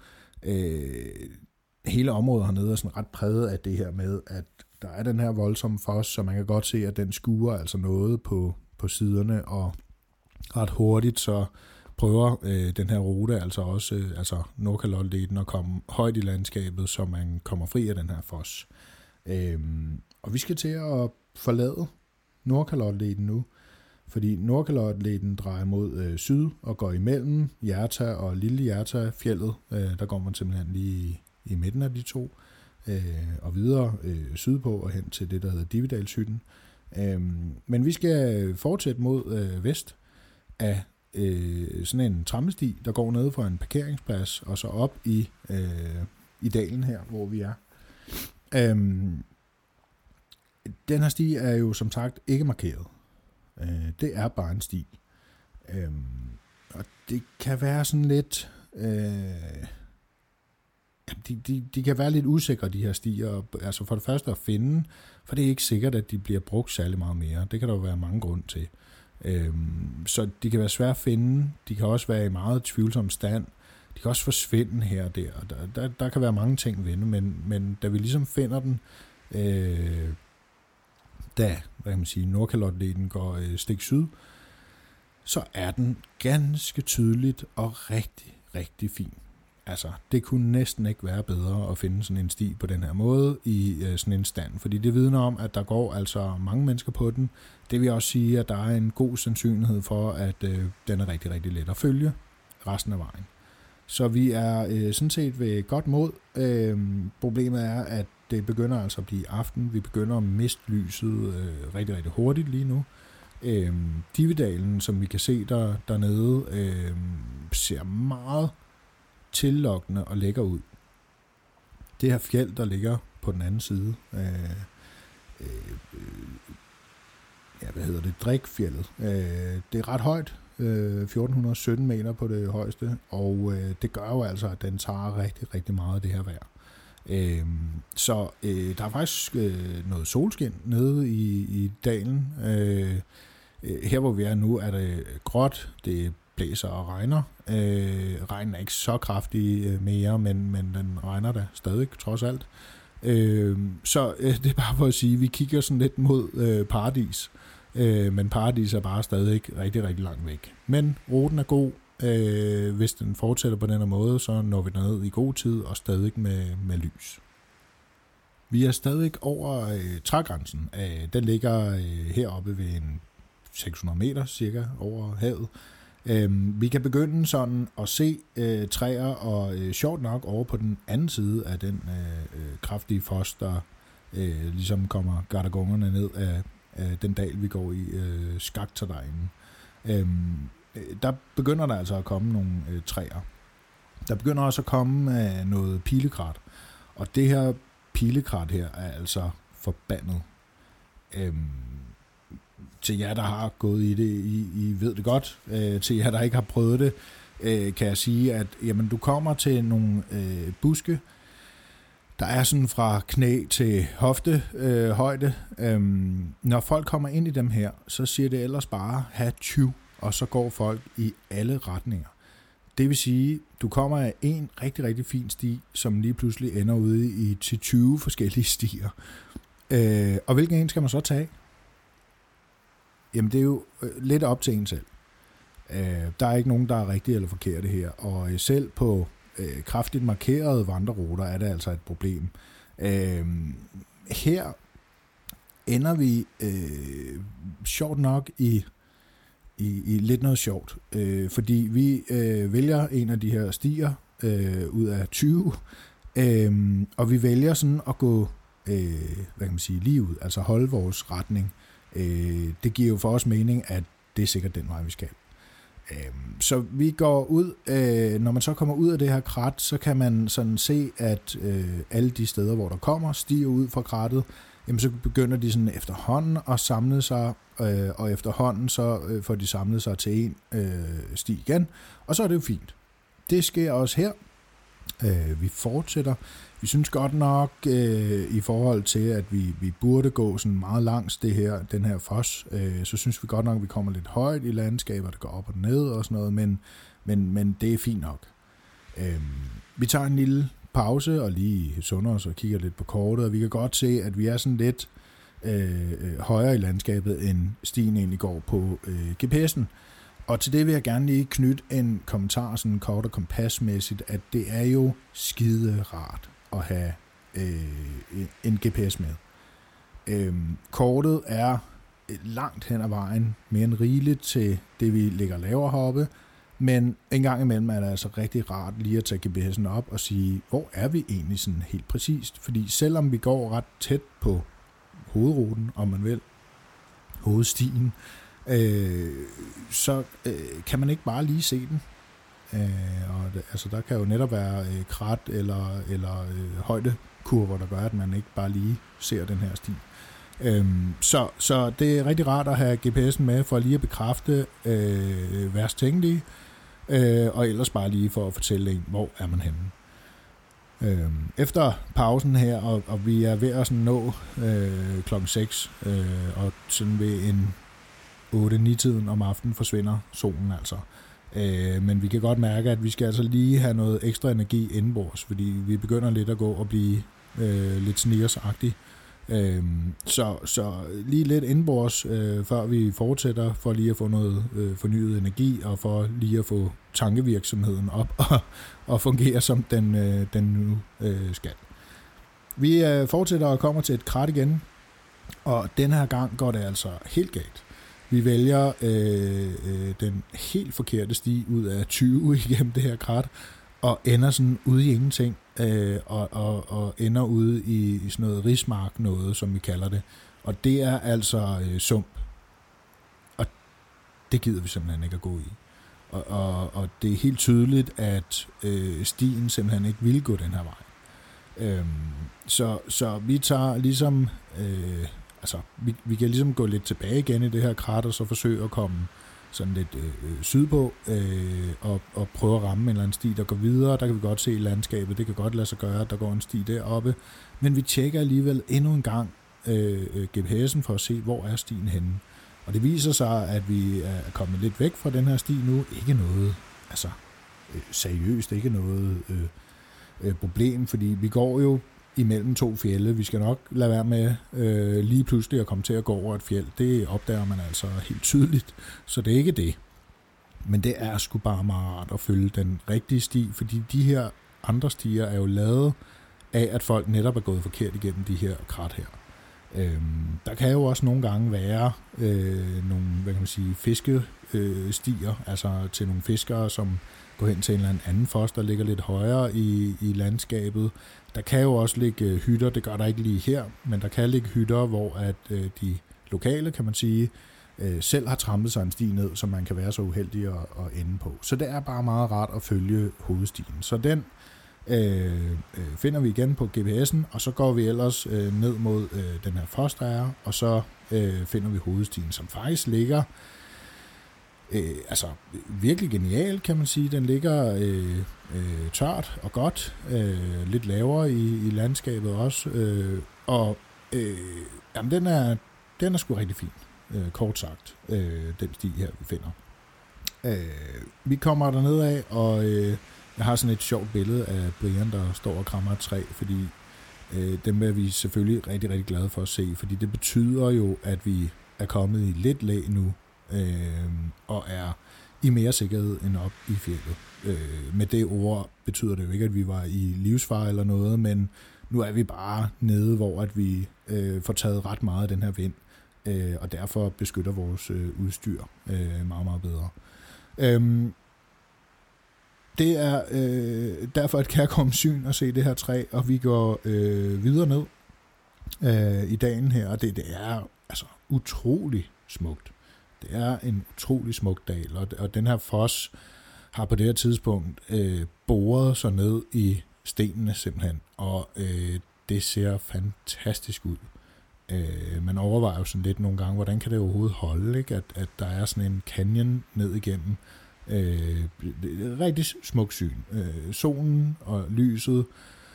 Hele området hernede er sådan ret præget af det her med, at der er den her voldsomme fos, så man kan godt se, at den skuer altså noget på siderne, og ret hurtigt så prøver den her rute altså også, altså Nordkalotleden, at komme højt i landskabet, så man kommer fri af den her fos. Og vi skal til at forlade Nordkalotleden nu, fordi Nordkalotleden drejer mod syd og går imellem Hjerta og Lille Hjerta-fjeldet. Der går man simpelthen lige i midten af de to, og videre sydpå og hen til det, der hedder Dividalshytten. Men vi skal fortsætte mod vest af sådan en trammesti, der går ned fra en parkeringsplads og så op i dalen her, hvor vi er. Den her sti er jo som sagt ikke markeret. Det er bare en sti. Og det kan være sådan lidt... De kan være lidt usikre, de her stier. Altså for det første at finde, for det er ikke sikkert, at de bliver brugt særlig meget mere. Det kan der jo være mange grunde til. Så de kan være svære at finde. De kan også være i meget tvivlsom stand. De kan også forsvinde her og der. Der kan være mange ting ved det, men da vi ligesom finder den, da Nordkalotleden går stik syd, så er den ganske tydeligt og rigtig, rigtig fin. Altså, det kunne næsten ikke være bedre at finde sådan en sti på den her måde i sådan en stand, fordi det vidner om, at der går altså mange mennesker på den. Det vil også sige, at der er en god sandsynlighed for, at den er rigtig, rigtig let at følge resten af vejen. Så vi er sådan set ved godt mod. Problemet er, at det begynder altså at blive aften. Vi begynder at miste lyset rigtig, rigtig hurtigt lige nu. Dividalen, som vi kan se dernede, ser meget tillokkende og lækker ud. Det her fjeld, der ligger på den anden side, Drikfjeldet. Det er ret højt, 1417 meter på det højeste, og det gør jo altså, at den tager rigtig, rigtig meget af det her vejr. Så der er faktisk noget solskin nede i dalen. Her hvor vi er nu, er det gråt, det blæser og regner. Regnen er ikke så kraftig mere, men den regner da stadig, trods alt. Så det er bare for at sige, at vi kigger sådan lidt mod paradis. Men paradis er bare stadig rigtig, rigtig langt væk. Men ruten er god. Hvis den fortsætter på den her måde, så når vi ned i god tid og stadig med lys. Vi er stadig over trægrænsen. Den ligger heroppe ved en 600 meter cirka over havet. Vi kan begynde sådan at se træer, og sjovt nok over på den anden side af den kraftige fos, der ligesom kommer gardagongerne ned af den dal, vi går i, Skagterdejen. Der begynder der altså at komme nogle træer. Der begynder også at komme noget pilekrat. Og det her pilekrat her er altså forbandet. Til jer, der har gået i det, I ved det godt. Til jer, der ikke har prøvet det, kan jeg sige, at jamen, du kommer til nogle buske, der er sådan fra knæ til hoftehøjde. Når folk kommer ind i dem her, så siger det ellers bare, have 20, og så går folk i alle retninger. Det vil sige, du kommer af en rigtig, rigtig fin sti, som lige pludselig ender ude i til 20 forskellige stier. Og hvilken en skal man så tage? Jamen, det er jo lidt op til en selv. Der er ikke nogen, der er rigtige eller forkerte her, og selv på kraftigt markerede vandreruter er det altså et problem. Her ender vi sjovt nok i lidt noget sjovt, fordi vi vælger en af de her stier ud af 20, og vi vælger sådan at gå hvad kan man sige, lige ud, altså holde vores retning. Det giver jo for os mening, at det er sikkert den vej, vi skal. Så vi går ud, når man så kommer ud af det her krat, så kan man sådan se, at alle de steder, hvor der kommer stiger ud fra krattet, jamen så begynder de sådan efterhånden at samle sig, og efterhånden så får de samlet sig til en sti igen, og så er det jo fint. Det sker også her. Vi fortsætter. Vi synes godt nok i forhold til, at vi burde gå sådan meget langs den her fos, så synes vi godt nok, at vi kommer lidt højt i landskabet, det går op og ned og sådan noget, men det er fint nok. Vi tager en lille pause og lige sunder os og kigger lidt på kortet, og vi kan godt se, at vi er sådan lidt højere i landskabet, end stien egentlig går på GPS'en. Og til det vil jeg gerne lige knytte en kommentar, sådan kort og kompasmæssigt, at det er jo skide rart at have en GPS med. Kortet er langt hen ad vejen, mere end rigeligt til det, vi ligger lavere heroppe, men en gang imellem er det altså rigtig rart lige at tage GPS'en op og sige, hvor er vi egentlig sådan helt præcist? Fordi selvom vi går ret tæt på hovedruten, om man vil, hovedstien, så kan man ikke bare lige se den. Altså der kan jo netop være krat eller højdekurver, der gør, at man ikke bare lige ser den her sti. Så det er rigtig rart at have GPS'en med for lige at bekræfte værst tænkelige, og ellers bare lige for at fortælle en, hvor er man henne. Efter pausen her, og vi er ved at sådan nå klokken 6, og sådan ved en 8-9-tiden om aftenen forsvinder solen altså. Men vi kan godt mærke, at vi skal altså lige have noget ekstra energi indenbords, fordi vi begynder lidt at gå og blive lidt sneakersagtige. Så lige lidt indenbords, før vi fortsætter, for lige at få noget fornyet energi, og for lige at få tankevirksomheden op og fungere, som den nu skal. Vi fortsætter og kommer til et krat igen, og den her gang går det altså helt galt. Vi vælger den helt forkerte sti ud af 20 igennem det her krat, og ender sådan ude i ingenting, og ender ude i sådan noget rismark noget, som vi kalder det. Og det er altså sump. Og det gider vi simpelthen ikke at gå i. Og det er helt tydeligt, at stien simpelthen ikke vil gå den her vej. Så vi tager ligesom... vi kan ligesom gå lidt tilbage igen i det her krat, og så forsøge at komme sådan lidt sydpå, og prøve at ramme en eller anden sti, der går videre. Der kan vi godt se landskabet, det kan godt lade sig gøre, at der går en sti deroppe. Men vi tjekker alligevel endnu en gang GPS'en for at se, hvor er stien henne. Og det viser sig, at vi er kommet lidt væk fra den her sti nu. Ikke noget, seriøst, ikke noget problem, fordi vi går jo imellem to fjelde. Vi skal nok lade være med lige pludselig at komme til at gå over et fjeld. Det opdager man altså helt tydeligt, så det er ikke det. Men det er sgu bare meget rart at følge den rigtige sti, fordi de her andre stier er jo lavet af, at folk netop er gået forkert igennem de her krat her. Der kan jo også nogle gange være nogle, hvad kan man sige, fiskestier, altså til nogle fiskere, som går hen til en eller anden fos, der ligger lidt højere i landskabet. Der kan jo også ligge hytter, det gør der ikke lige her, men der kan ligge hytter, hvor at de lokale, kan man sige, selv har trampet sig en sti ned, som man kan være så uheldig at ende på. Så det er bare meget rart at følge hovedstien. Så den finder vi igen på GPS'en, og så går vi ellers ned mod den her fos, der er, og så finder vi hovedstien, som faktisk ligger altså virkelig genial, kan man sige. Den ligger tørt og godt, lidt lavere i landskabet også, og jamen, den er sgu rigtig fin, kort sagt, den sti her, vi finder. Vi kommer derned af, og jeg har sådan et sjovt billede af Brian, der står og krammer et træ, fordi dem er vi selvfølgelig rigtig, rigtig glade for at se, fordi det betyder jo, at vi er kommet i lidt lag nu, og er i mere sikkerhed end op i fjeldet. Med det ord betyder det jo ikke, at vi var i livsfare eller noget, men nu er vi bare nede, hvor at vi får taget ret meget af den her vind, og derfor beskytter vores udstyr meget, meget bedre. Det er derfor et kærkomment syn at se det her træ, og vi går videre ned i dagen her, og det er altså utrolig smukt. Det er en utrolig smuk dal, og den her fos har på det her tidspunkt boret sig ned i stenene simpelthen, og det ser fantastisk ud. Man overvejer jo sådan lidt nogle gange, hvordan kan det overhovedet holde, ikke? At der er sådan en canyon ned igennem. Rigtig smuk syn. Solen og lyset,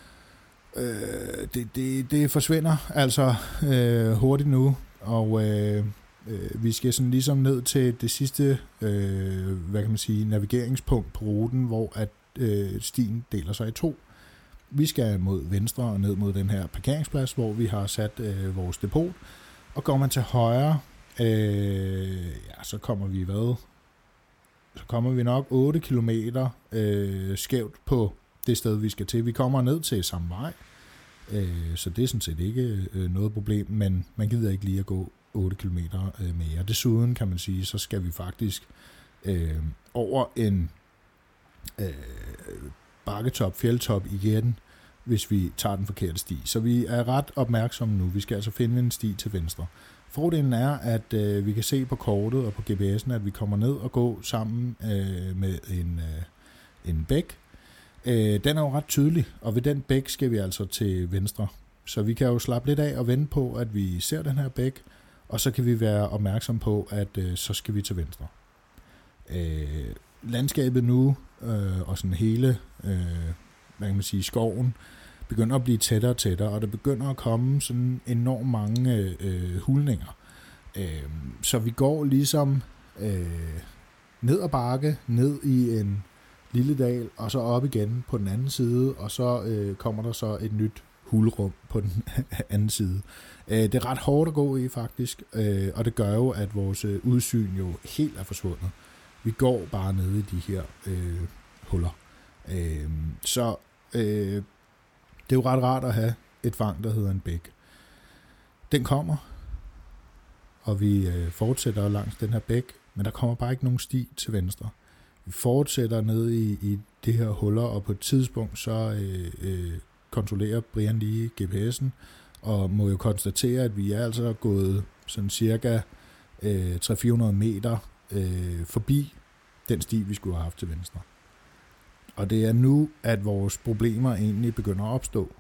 det forsvinder altså hurtigt nu, og vi skal sådan ligesom ned til det sidste, hvad kan man sige, navigeringspunkt på ruten, hvor at stien deler sig i to. Vi skal mod venstre og ned mod den her parkeringsplads, hvor vi har sat vores depot, og går man til højre, så kommer vi nok 8 kilometer skævt på det sted, vi skal til. Vi kommer ned til samme vej, så det er sådan set ikke noget problem, men man gider ikke lige at gå 8 kilometer mere. Desuden kan man sige, så skal vi faktisk over en bakketop, fjeldtop igen, hvis vi tager den forkerte sti. Så vi er ret opmærksomme nu. Vi skal altså finde en sti til venstre. Fordelen er, at vi kan se på kortet og på GPS'en, at vi kommer ned og går sammen med en bæk. Den er jo ret tydelig, og ved den bæk skal vi altså til venstre. Så vi kan jo slappe lidt af og vente på, at vi ser den her bæk, og så kan vi være opmærksom på, at så skal vi til venstre. Landskabet nu, og sådan hele, hvad kan man sige, skoven, begynder at blive tættere og tættere, og der begynder at komme sådan enormt mange hulninger. Så vi går ligesom ned ad bakke, ned i en lille dal, og så op igen på den anden side, og så kommer der så et nyt hulrum på den anden side. Det er ret hårdt at gå i faktisk, og det gør jo, at vores udsyn jo helt er forsvundet. Vi går bare nede i de her huller. Så det er jo ret rart at have et fang, der hedder en bæk. Den kommer, og vi fortsætter langs den her bæk, men der kommer bare ikke nogen sti til venstre. Vi fortsætter ned i det her huller, og på et tidspunkt så kontrollerer Brian lige GPS'en, og må jo konstatere, at vi er altså gået sådan cirka 300-400 meter forbi den sti, vi skulle have haft til venstre. Og det er nu, at vores problemer egentlig begynder at opstå.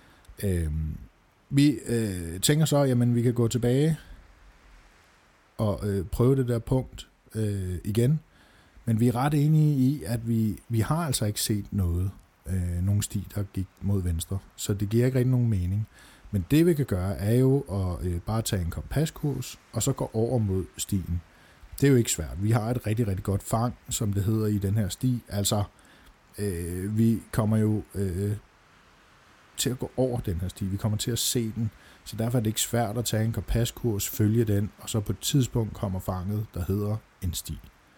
Vi tænker så, jamen vi kan gå tilbage og prøve det der punkt igen. Men vi er ret enige i, at vi har altså ikke set nogen sti, der gik mod venstre. Så det giver ikke rigtig nogen mening. Men det vi kan gøre, er jo at bare tage en kompaskurs, og så gå over mod stien. Det er jo ikke svært. Vi har et rigtig, rigtig godt fang, som det hedder i den her sti. Altså, vi kommer jo til at gå over den her sti. Vi kommer til at se den. Så derfor er det ikke svært at tage en kompaskurs, følge den, og så på et tidspunkt kommer fanget, der hedder en sti.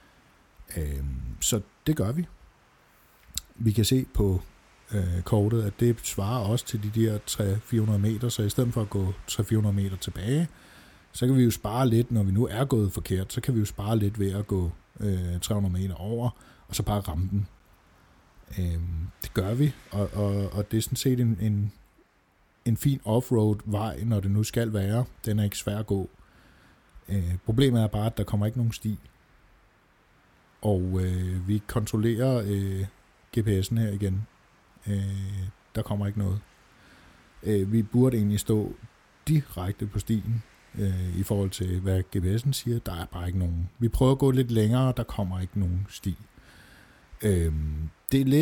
Så det gør vi. Vi kan se på kortet, at det svarer også til de der 300-400 meter, så i stedet for at gå 300-400 meter tilbage, så kan vi jo spare lidt, når vi nu er gået forkert, så kan vi jo spare lidt ved at gå 300 meter over, og så bare ramme den. Det gør vi, og det er sådan set en fin offroad vej, når det nu skal være. Den er ikke svær at gå. Problemet er bare, at der kommer ikke nogen sti. Og vi kontrollerer GPS'en her igen. Der kommer ikke noget. Vi burde egentlig stå direkte på stien i forhold til, hvad GPS'en siger. Der er bare ikke nogen. Vi prøver at gå lidt længere, der kommer ikke nogen sti. Det er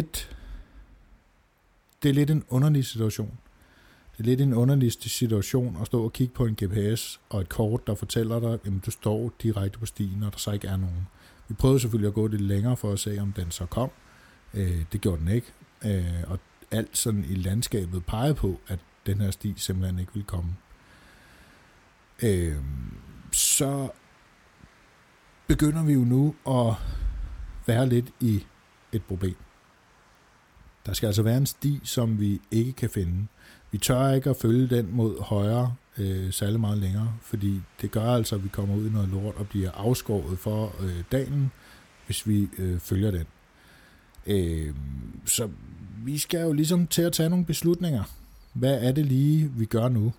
lidt en underlig situation. Det er lidt en underlig situation at stå og kigge på en GPS og et kort, der fortæller dig, at du står direkte på stien, og der så ikke er nogen. Vi prøvede selvfølgelig at gå lidt længere for at se, om den så kom. Det gjorde den ikke. Og alt sådan i landskabet pegede på, at den her sti simpelthen ikke ville komme. Så begynder vi jo nu at være lidt i et problem. Der skal altså være en sti, som vi ikke kan finde. Vi tør ikke at følge den mod højre særlig meget længere, fordi det gør altså, at vi kommer ud i noget lort og bliver afskåret for dalen, hvis vi følger den. Så vi skal jo ligesom til at tage nogle beslutninger. Hvad er det lige, vi gør nu?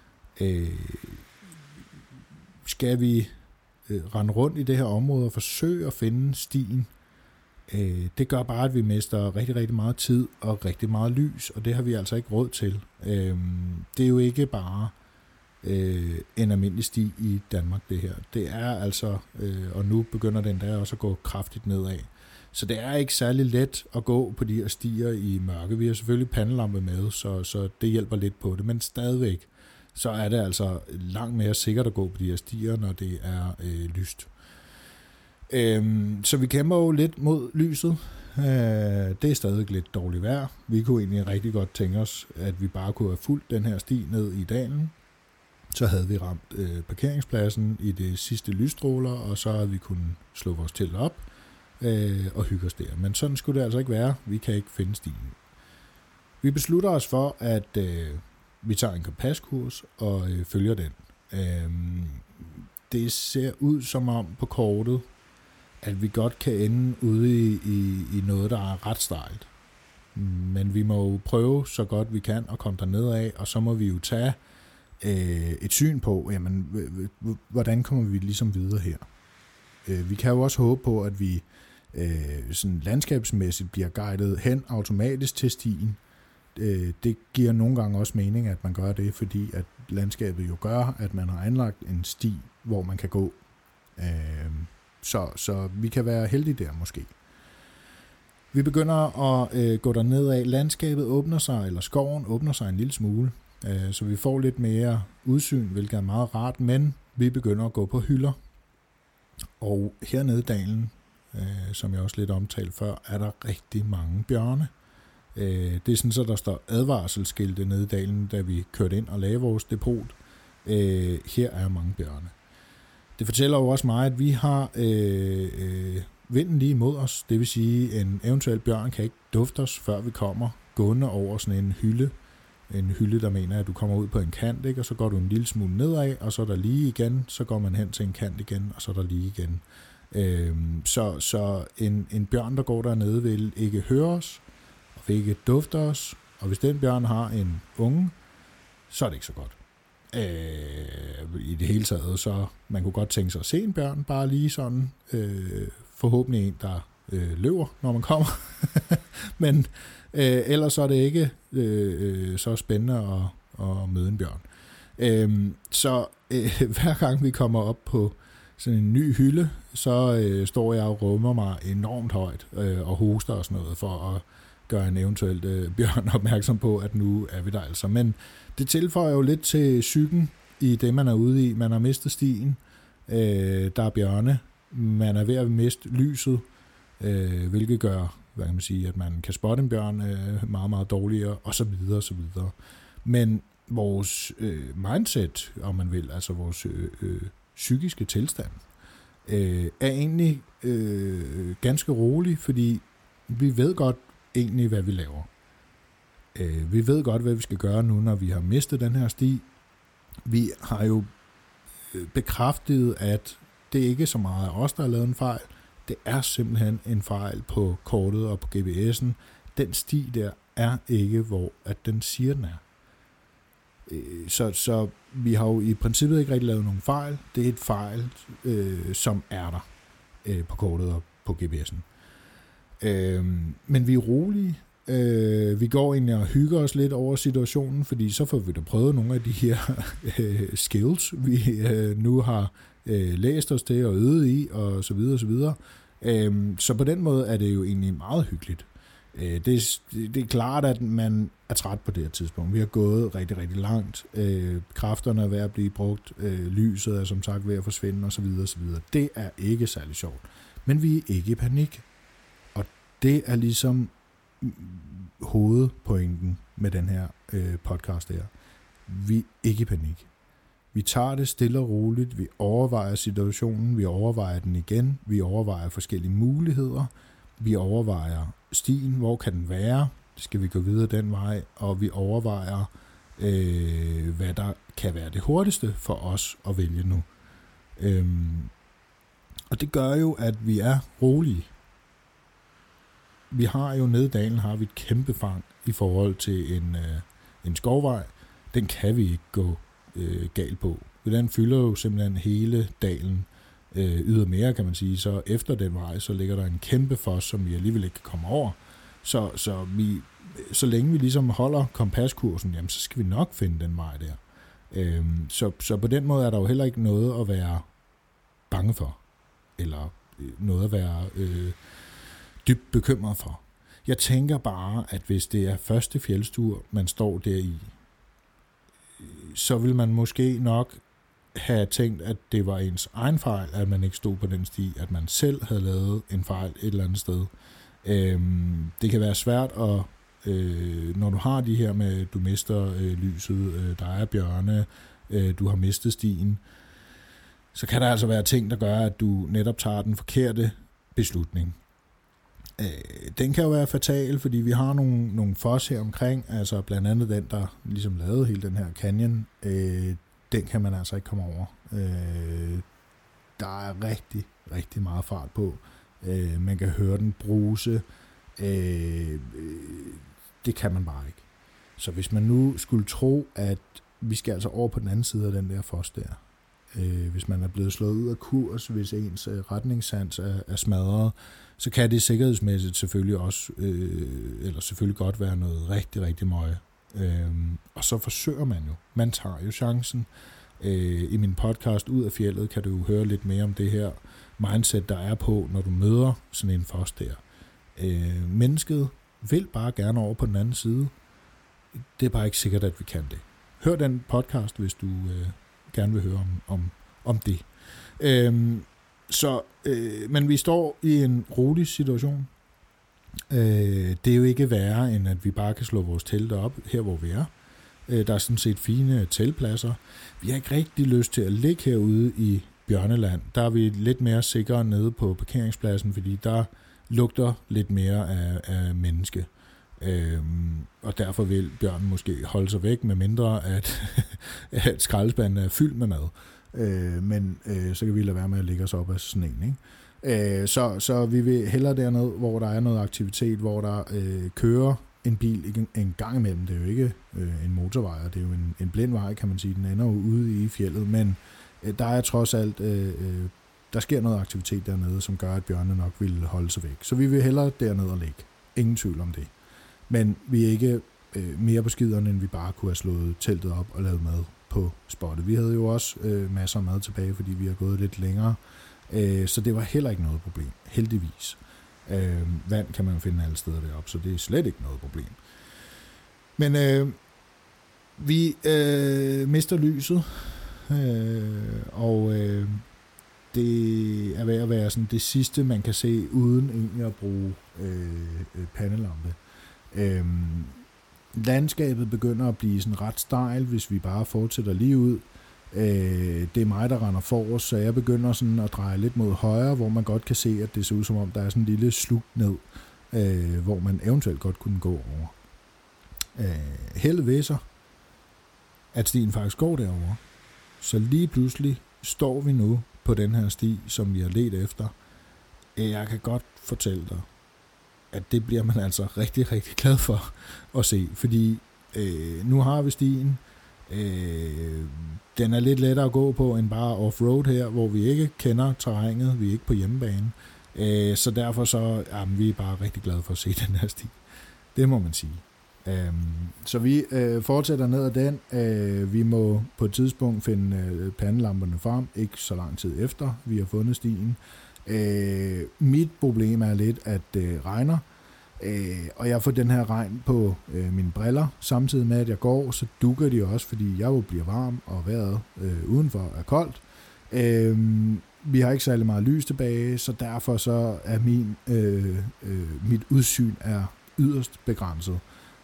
Skal vi rende rundt i det her område og forsøge at finde stien? Det gør bare, at vi mister rigtig, rigtig meget tid og rigtig meget lys, og det har vi altså ikke råd til. Det er jo ikke bare en almindelig sti i Danmark, det her. Det er altså, og nu begynder den der også at gå kraftigt nedad. Så det er ikke særlig let at gå på de her stier i mørke. Vi har selvfølgelig pandelampe med, så det hjælper lidt på det, men stadigvæk, så er det altså langt mere sikkert at gå på de her stier, når det er lyst. Så vi kæmper jo lidt mod lyset. Det er stadig lidt dårligt vejr. Vi kunne egentlig rigtig godt tænke os, at vi bare kunne have fulgt den her sti ned i dalen. Så havde vi ramt parkeringspladsen i det sidste lysstråler, og så havde vi kunnet slå vores telt op og hygge os der. Men sådan skulle det altså ikke være. Vi kan ikke finde stien. Vi beslutter os for, at vi tager en kompaskurs og følger den. Det ser ud som om på kortet, at vi godt kan ende ude i noget, der er ret stejlt. Men vi må jo prøve så godt vi kan at komme derned af, og så må vi jo tage et syn på, jamen, hvordan kommer vi ligesom videre her. Vi kan jo også håbe på, at vi sådan landskabsmæssigt bliver guidet hen automatisk til stien. Det giver nogle gange også mening, at man gør det, fordi at landskabet jo gør, at man har anlagt en sti, hvor man kan gå. Så vi kan være heldige der måske. Vi begynder at gå derned af. Landskabet åbner sig, eller skoven åbner sig en lille smule, så vi får lidt mere udsyn, hvilket er meget rart, men vi begynder at gå på hylder. Og hernede i dalen, som jeg også lidt omtalte før, er der rigtig mange bjørne. Det er sådan, så der står advarselsskilte nede i dalen, da vi kørte ind og lavede vores depot. Her er mange bjørne. Det fortæller jo også mig, at vi har vinden lige imod os. Det vil sige, at en eventuel bjørn kan ikke dufte os, før vi kommer gående over sådan en hylde. En hylde, der mener, at du kommer ud på en kant, ikke? Og så går du en lille smule nedad, og så er der lige igen, så går man hen til en kant igen, og så er der lige igen. Så en bjørn, der går dernede, vil ikke høre os, og vil ikke dufte os, og hvis den bjørn har en unge, så er det ikke så godt. I det hele taget, så man kunne godt tænke sig at se en bjørn, bare lige sådan, forhåbentlig en, der løber, når man kommer, men ellers så er det ikke så spændende at møde en bjørn. Så hver gang vi kommer op på sådan en ny hylde, så står jeg og rummer mig enormt højt og hoster og sådan noget, for at gøre en eventuelt bjørn opmærksom på, at nu er vi der altså. Men det tilføjer jo lidt til psyken i det, man er ude i. Man har mistet stien, der er bjørne, man er ved at miste lyset, hvilket gør hvad kan man sige, at man kan spotte en bjørn meget, meget dårligere, og så videre, og så videre. Men vores mindset, om man vil, altså vores psykiske tilstand, er egentlig ganske rolig, fordi vi ved godt egentlig, hvad vi laver. Vi ved godt, hvad vi skal gøre nu, når vi har mistet den her sti. Vi har jo bekræftet, at det ikke er så meget af os, der har lavet en fejl. Det er simpelthen en fejl på kortet og på GPS'en. Den sti der er ikke, hvor at den siger, den er. Så vi har jo i princippet ikke rigtig lavet nogen fejl. Det er et fejl, som er der på kortet og på GPS'en. Men vi er rolige. Vi går ind og hygger os lidt over situationen, fordi så får vi da prøvet nogle af de her skills, vi nu har læst os til og øvet i, og så videre, og så videre. Så på den måde er det jo egentlig meget hyggeligt. Det er klart, at man er træt på det her tidspunkt. Vi har gået rigtig, rigtig langt. Kræfterne er ved at blive brugt. Lyset er som sagt ved at forsvinde, og så videre, og så videre. Det er ikke særlig sjovt. Men vi er ikke i panik. Og det er ligesom hovedpointen med den her podcast her. Vi er ikke i panik. Vi tager det stille og roligt. Vi overvejer situationen. Vi overvejer den igen. Vi overvejer forskellige muligheder. Vi overvejer stien. Hvor kan den være? Skal vi gå videre den vej? Og vi overvejer, hvad der kan være det hurtigste for os at vælge nu. Og det gør jo, at vi er rolige. Vi har jo nede i dalen har vi et kæmpe fang i forhold til en skovvej. Den kan vi ikke gå galt på. Den fylder jo simpelthen hele dalen ydermere, kan man sige. Så efter den vej, så ligger der en kæmpe fos, som vi alligevel ikke kan komme over. Så længe vi ligesom holder kompaskursen, jamen, så skal vi nok finde den vej der. Så på den måde er der jo heller ikke noget at være bange for. Eller noget at være dybt bekymret for. Jeg tænker bare, at hvis det er første fjeldstur, man står der i, så vil man måske nok have tænkt, at det var ens egen fejl, at man ikke stod på den sti, at man selv havde lavet en fejl et eller andet sted. Det kan være svært, at, når du har de her med, du mister lyset, der er bjørne, du har mistet stien, så kan der altså være ting, der gør, at du netop tager den forkerte beslutning. Den kan jo være fatal, fordi vi har nogle fos her omkring, altså blandt andet den, der ligesom lavede hele den her canyon, den kan man altså ikke komme over. Der er rigtig, rigtig meget fart på. Man kan høre den bruse. Det kan man bare ikke. Så hvis man nu skulle tro, at vi skal altså over på den anden side af den der fos der, hvis man er blevet slået ud af kurs, hvis ens retningssans er smadret, så kan det sikkerhedsmæssigt selvfølgelig også, eller selvfølgelig godt være noget rigtig, rigtig møje. Og så forsøger man jo. Man tager jo chancen. I min podcast Ud af fjeldet kan du jo høre lidt mere om det her mindset, der er på, når du møder sådan en fos der. Mennesket vil bare gerne over på den anden side. Det er bare ikke sikkert, at vi kan det. Hør den podcast, hvis du gerne vil høre om det. Men vi står i en rolig situation. Det er jo ikke værre, end at vi bare kan slå vores telte op her, hvor vi er. Der er sådan set fine teltpladser. Vi har ikke rigtig lyst til at ligge herude i Bjørneland. Der er vi lidt mere sikre nede på parkeringspladsen, fordi der lugter lidt mere af menneske. Og derfor vil bjørnen måske holde sig væk, med mindre at skraldespanden er fyldt med mad. Men så kan vi lade være med at lægge os op af sneen, ikke? Så vi vil hellere derned, hvor der er noget aktivitet, hvor der kører en bil en gang imellem. Det er jo ikke en motorvej, og det er jo en blind vej, kan man sige. Den ender jo ude i fjeldet, men der er trods alt, der sker noget aktivitet dernede, som gør, at bjørnene nok vil holde sig væk. Så vi vil hellere derned og ligge. Ingen tvivl om det. Men vi er ikke mere på skiderne, end vi bare kunne have slået teltet op og lavet mad på spottet. Vi havde jo også masser af mad tilbage, fordi vi har gået lidt længere. Så det var heller ikke noget problem, heldigvis. Vand kan man jo finde alle steder deroppe, så det er slet ikke noget problem. Men vi mister lyset, og det er ved at være sådan det sidste, man kan se, uden egentlig at bruge pandelampe. Landskabet begynder at blive sådan ret stejl, hvis vi bare fortsætter lige ud. Det er mig, der render forrest, så jeg begynder sådan at dreje lidt mod højre, hvor man godt kan se, at det ser ud som om, der er sådan en lille slug ned, hvor man eventuelt godt kunne gå over. Heldet ved sig, at stien faktisk går derover. Så lige pludselig står vi nu på den her sti, som vi har ledt efter. Jeg kan godt fortælle dig, at det bliver man altså rigtig, rigtig glad for at se, fordi nu har vi stien. Den er lidt lettere at gå på end bare off-road her, hvor vi ikke kender terrænet, vi er ikke på hjemmebane. Så derfor så er vi bare rigtig glade for at se den her sti. Det må man sige. Så vi fortsætter ned ad den. Vi må på et tidspunkt finde pandelamperne frem, ikke så lang tid efter vi har fundet stien. Mit problem er lidt, at det regner, og jeg får den her regn på mine briller, samtidig med at jeg går, så dukker de også, fordi jeg jo bliver varm, og vejret udenfor er koldt. Vi har ikke særlig meget lys tilbage, så derfor så er mit udsyn er yderst begrænset.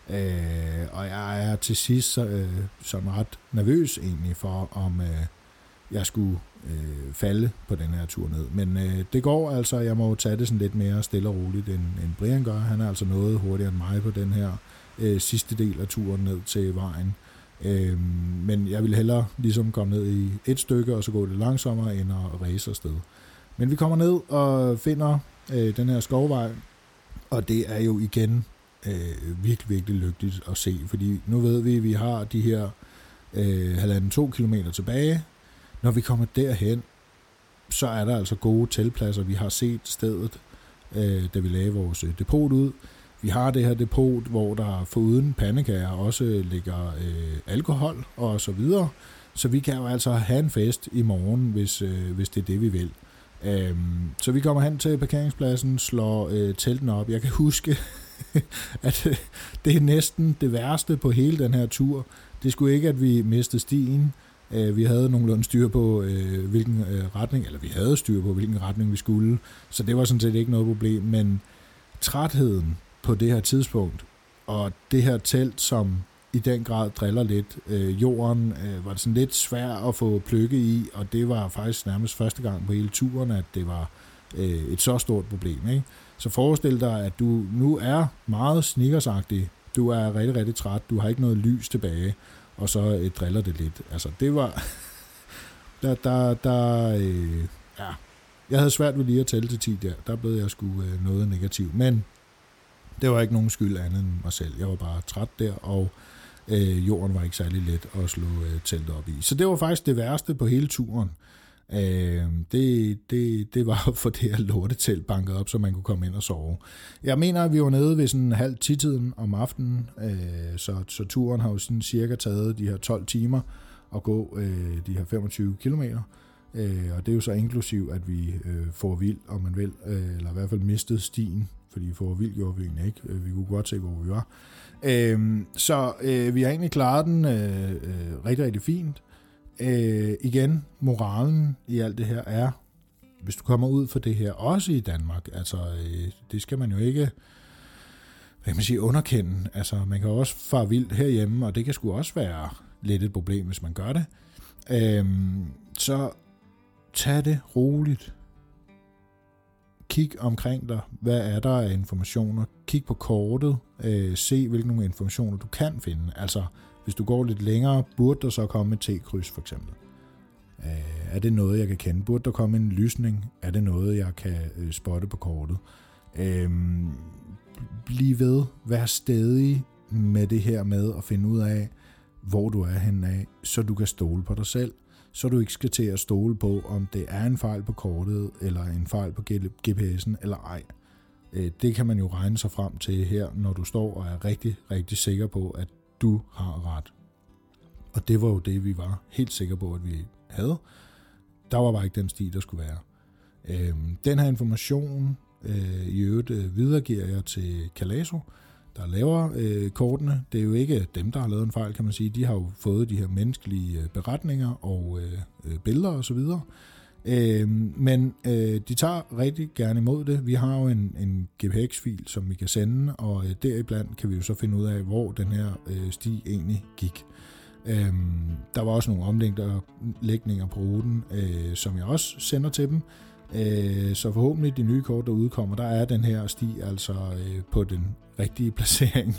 Og jeg er til sidst sådan ret nervøs egentlig for, om jeg skulle falde på den her tur ned. Men det går altså, jeg må tage det sådan lidt mere stille og roligt, end Brian gør. Han er altså noget hurtigere end mig på den her sidste del af turen ned til vejen. Men jeg vil hellere ligesom komme ned i et stykke, og så gå lidt langsommere, end at race afsted. Men vi kommer ned og finder den her skovvej, og det er jo igen virkelig, virkelig lykkeligt at se, fordi nu ved vi, at vi har de her 1,5-2 kilometer tilbage. Når vi kommer derhen, så er der altså gode teltpladser. Vi har set stedet, da vi lagde vores depot ud. Vi har det her depot, hvor der foruden pandekager også ligger alkohol og så videre. Så vi kan jo altså have en fest i morgen, hvis det er det, vi vil. Så vi kommer hen til parkeringspladsen, slår telten op. Jeg kan huske, at det er næsten det værste på hele den her tur. Det skulle ikke, at vi mistede stien. Vi havde nogenlunde styr på, hvilken retning vi skulle. Så det var sådan set ikke noget problem. Men trætheden på det her tidspunkt, og det her telt, som i den grad driller lidt, jorden var sådan lidt svær at få pløkke i, og det var faktisk nærmest første gang på hele turen, at det var et så stort problem, ikke? Så forestil dig, at du nu er meget sneakersagtig. Du er rigtig, rigtig træt. Du har ikke noget lys tilbage, og så driller det lidt. Altså, det var... Jeg havde svært ved lige at tælle til 10 der. Der blev jeg sgu noget negativ. Men det var ikke nogen skyld andet end mig selv. Jeg var bare træt der, og jorden var ikke særlig let at slå teltet op i. Så det var faktisk det værste på hele turen. Det var at få det her lortetelt banket op, så man kunne komme ind og sove. Jeg mener, at vi var nede ved sådan 9:30 om aftenen, så turen har jo sådan cirka taget de her 12 timer at gå de her 25 kilometer. Og det er jo så inklusiv, at vi får vild, om man vil, eller i hvert fald mistede stien, fordi får vild gjorde vi egentlig ikke. Vi kunne godt se, hvor vi var. Så vi har egentlig klaret den rigtig, rigtig fint. Igen, moralen i alt det her er, hvis du kommer ud for det her, også i Danmark, altså det skal man jo ikke, hvad kan man sige, underkende. Altså man kan også fare vildt herhjemme, og det kan sgu også være lidt et problem, hvis man gør det. Så tag det roligt. Kig omkring dig. Hvad er der af informationer? Kig på kortet. Se, hvilke nogle informationer du kan finde. Altså, hvis du går lidt længere, burde der så komme et T-kryds for eksempel. Er det noget, jeg kan kende? Burde der komme en lysning? Er det noget, jeg kan spotte på kortet? Bliv ved. Vær stædig med det her med at finde ud af, hvor du er henne af, så du kan stole på dig selv. Så du ikke skal til at stole på, om det er en fejl på kortet, eller en fejl på GPS'en, eller ej. Det kan man jo regne sig frem til her, når du står og er rigtig, rigtig sikker på, at du har ret. Og det var jo det, vi var helt sikre på, at vi havde. Der var bare ikke den sti, der skulle være. Den her information i øvrigt videregiver jeg til Calazo, der laver kortene. Det er jo ikke dem, der har lavet en fejl, kan man sige. De har jo fået de her menneskelige beretninger og billeder og så videre. Men de tager rigtig gerne imod det. Vi har jo en GPX-fil, som vi kan sende, og deriblandt kan vi jo så finde ud af, hvor den her sti egentlig gik. Der var også nogle omlægninger på ruten, som jeg også sender til dem. Så forhåbentlig de nye kort, der udkommer, der er den her sti altså på den rigtige placering.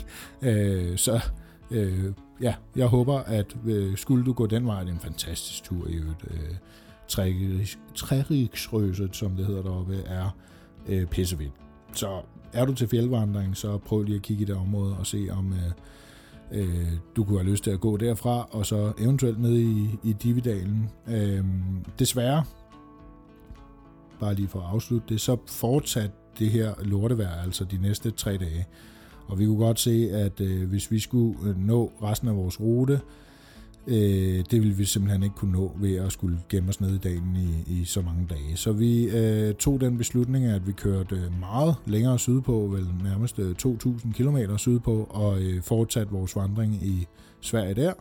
Jeg håber, at skulle du gå den vej, det er en fantastisk tur i øvrigt. Treriksrøset, som det hedder deroppe, er pissevidt. Så er du til fjeldvandring, så prøv lige at kigge i det område og se, om du kunne have lyst til at gå derfra, og så eventuelt ned i Dividalen. Desværre, bare lige for at afslutte det, så fortsat det her lortevejr, altså de næste 3 dage. Og vi kunne godt se, at hvis vi skulle nå resten af vores rute, det ville vi simpelthen ikke kunne nå ved at skulle gemme os ned i dalen i så mange dage. Så vi tog den beslutning, at vi kørte meget længere sydpå, vel nærmest 2.000 km sydpå, og fortsatte vores vandring i Sverige der.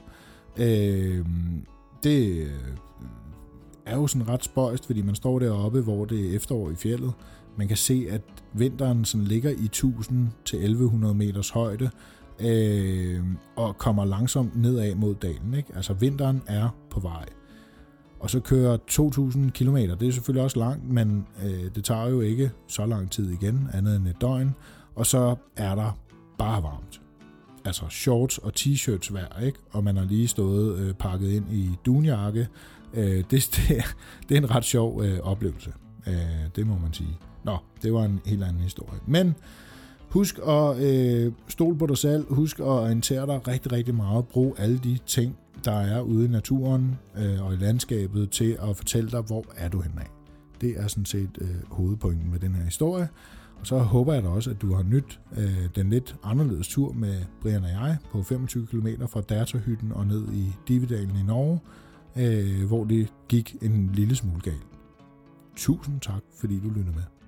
Det er jo sådan ret spøjst, fordi man står deroppe, hvor det er efterår i fjeldet. Man kan se, at vinteren sådan ligger i 1000 til 1100 meters højde, og kommer langsomt nedad mod dalen. Ikke? Altså vinteren er på vej. Og så kører 2000 km, det er selvfølgelig også langt, men det tager jo ikke så lang tid igen, andet end et døgn. Og så er der bare varmt. Altså shorts og t-shirts vejr, ikke? Og man har lige stået pakket ind i dunjakke. Det er en ret sjov oplevelse. Det må man sige. Nå, det var en helt anden historie. Men husk at stole på dig selv. Husk at orientere dig rigtig, rigtig meget. Brug alle de ting, der er ude i naturen og i landskabet til at fortælle dig, hvor er du henne af. Det er sådan set hovedpointen med den her historie. Og så håber jeg da også, at du har nydt den lidt anderledes tur med Brian og jeg på 25 km fra Dertahytten og ned i Dividalen i Norge, hvor det gik en lille smule galt. Tusind tak, fordi du lyttede med.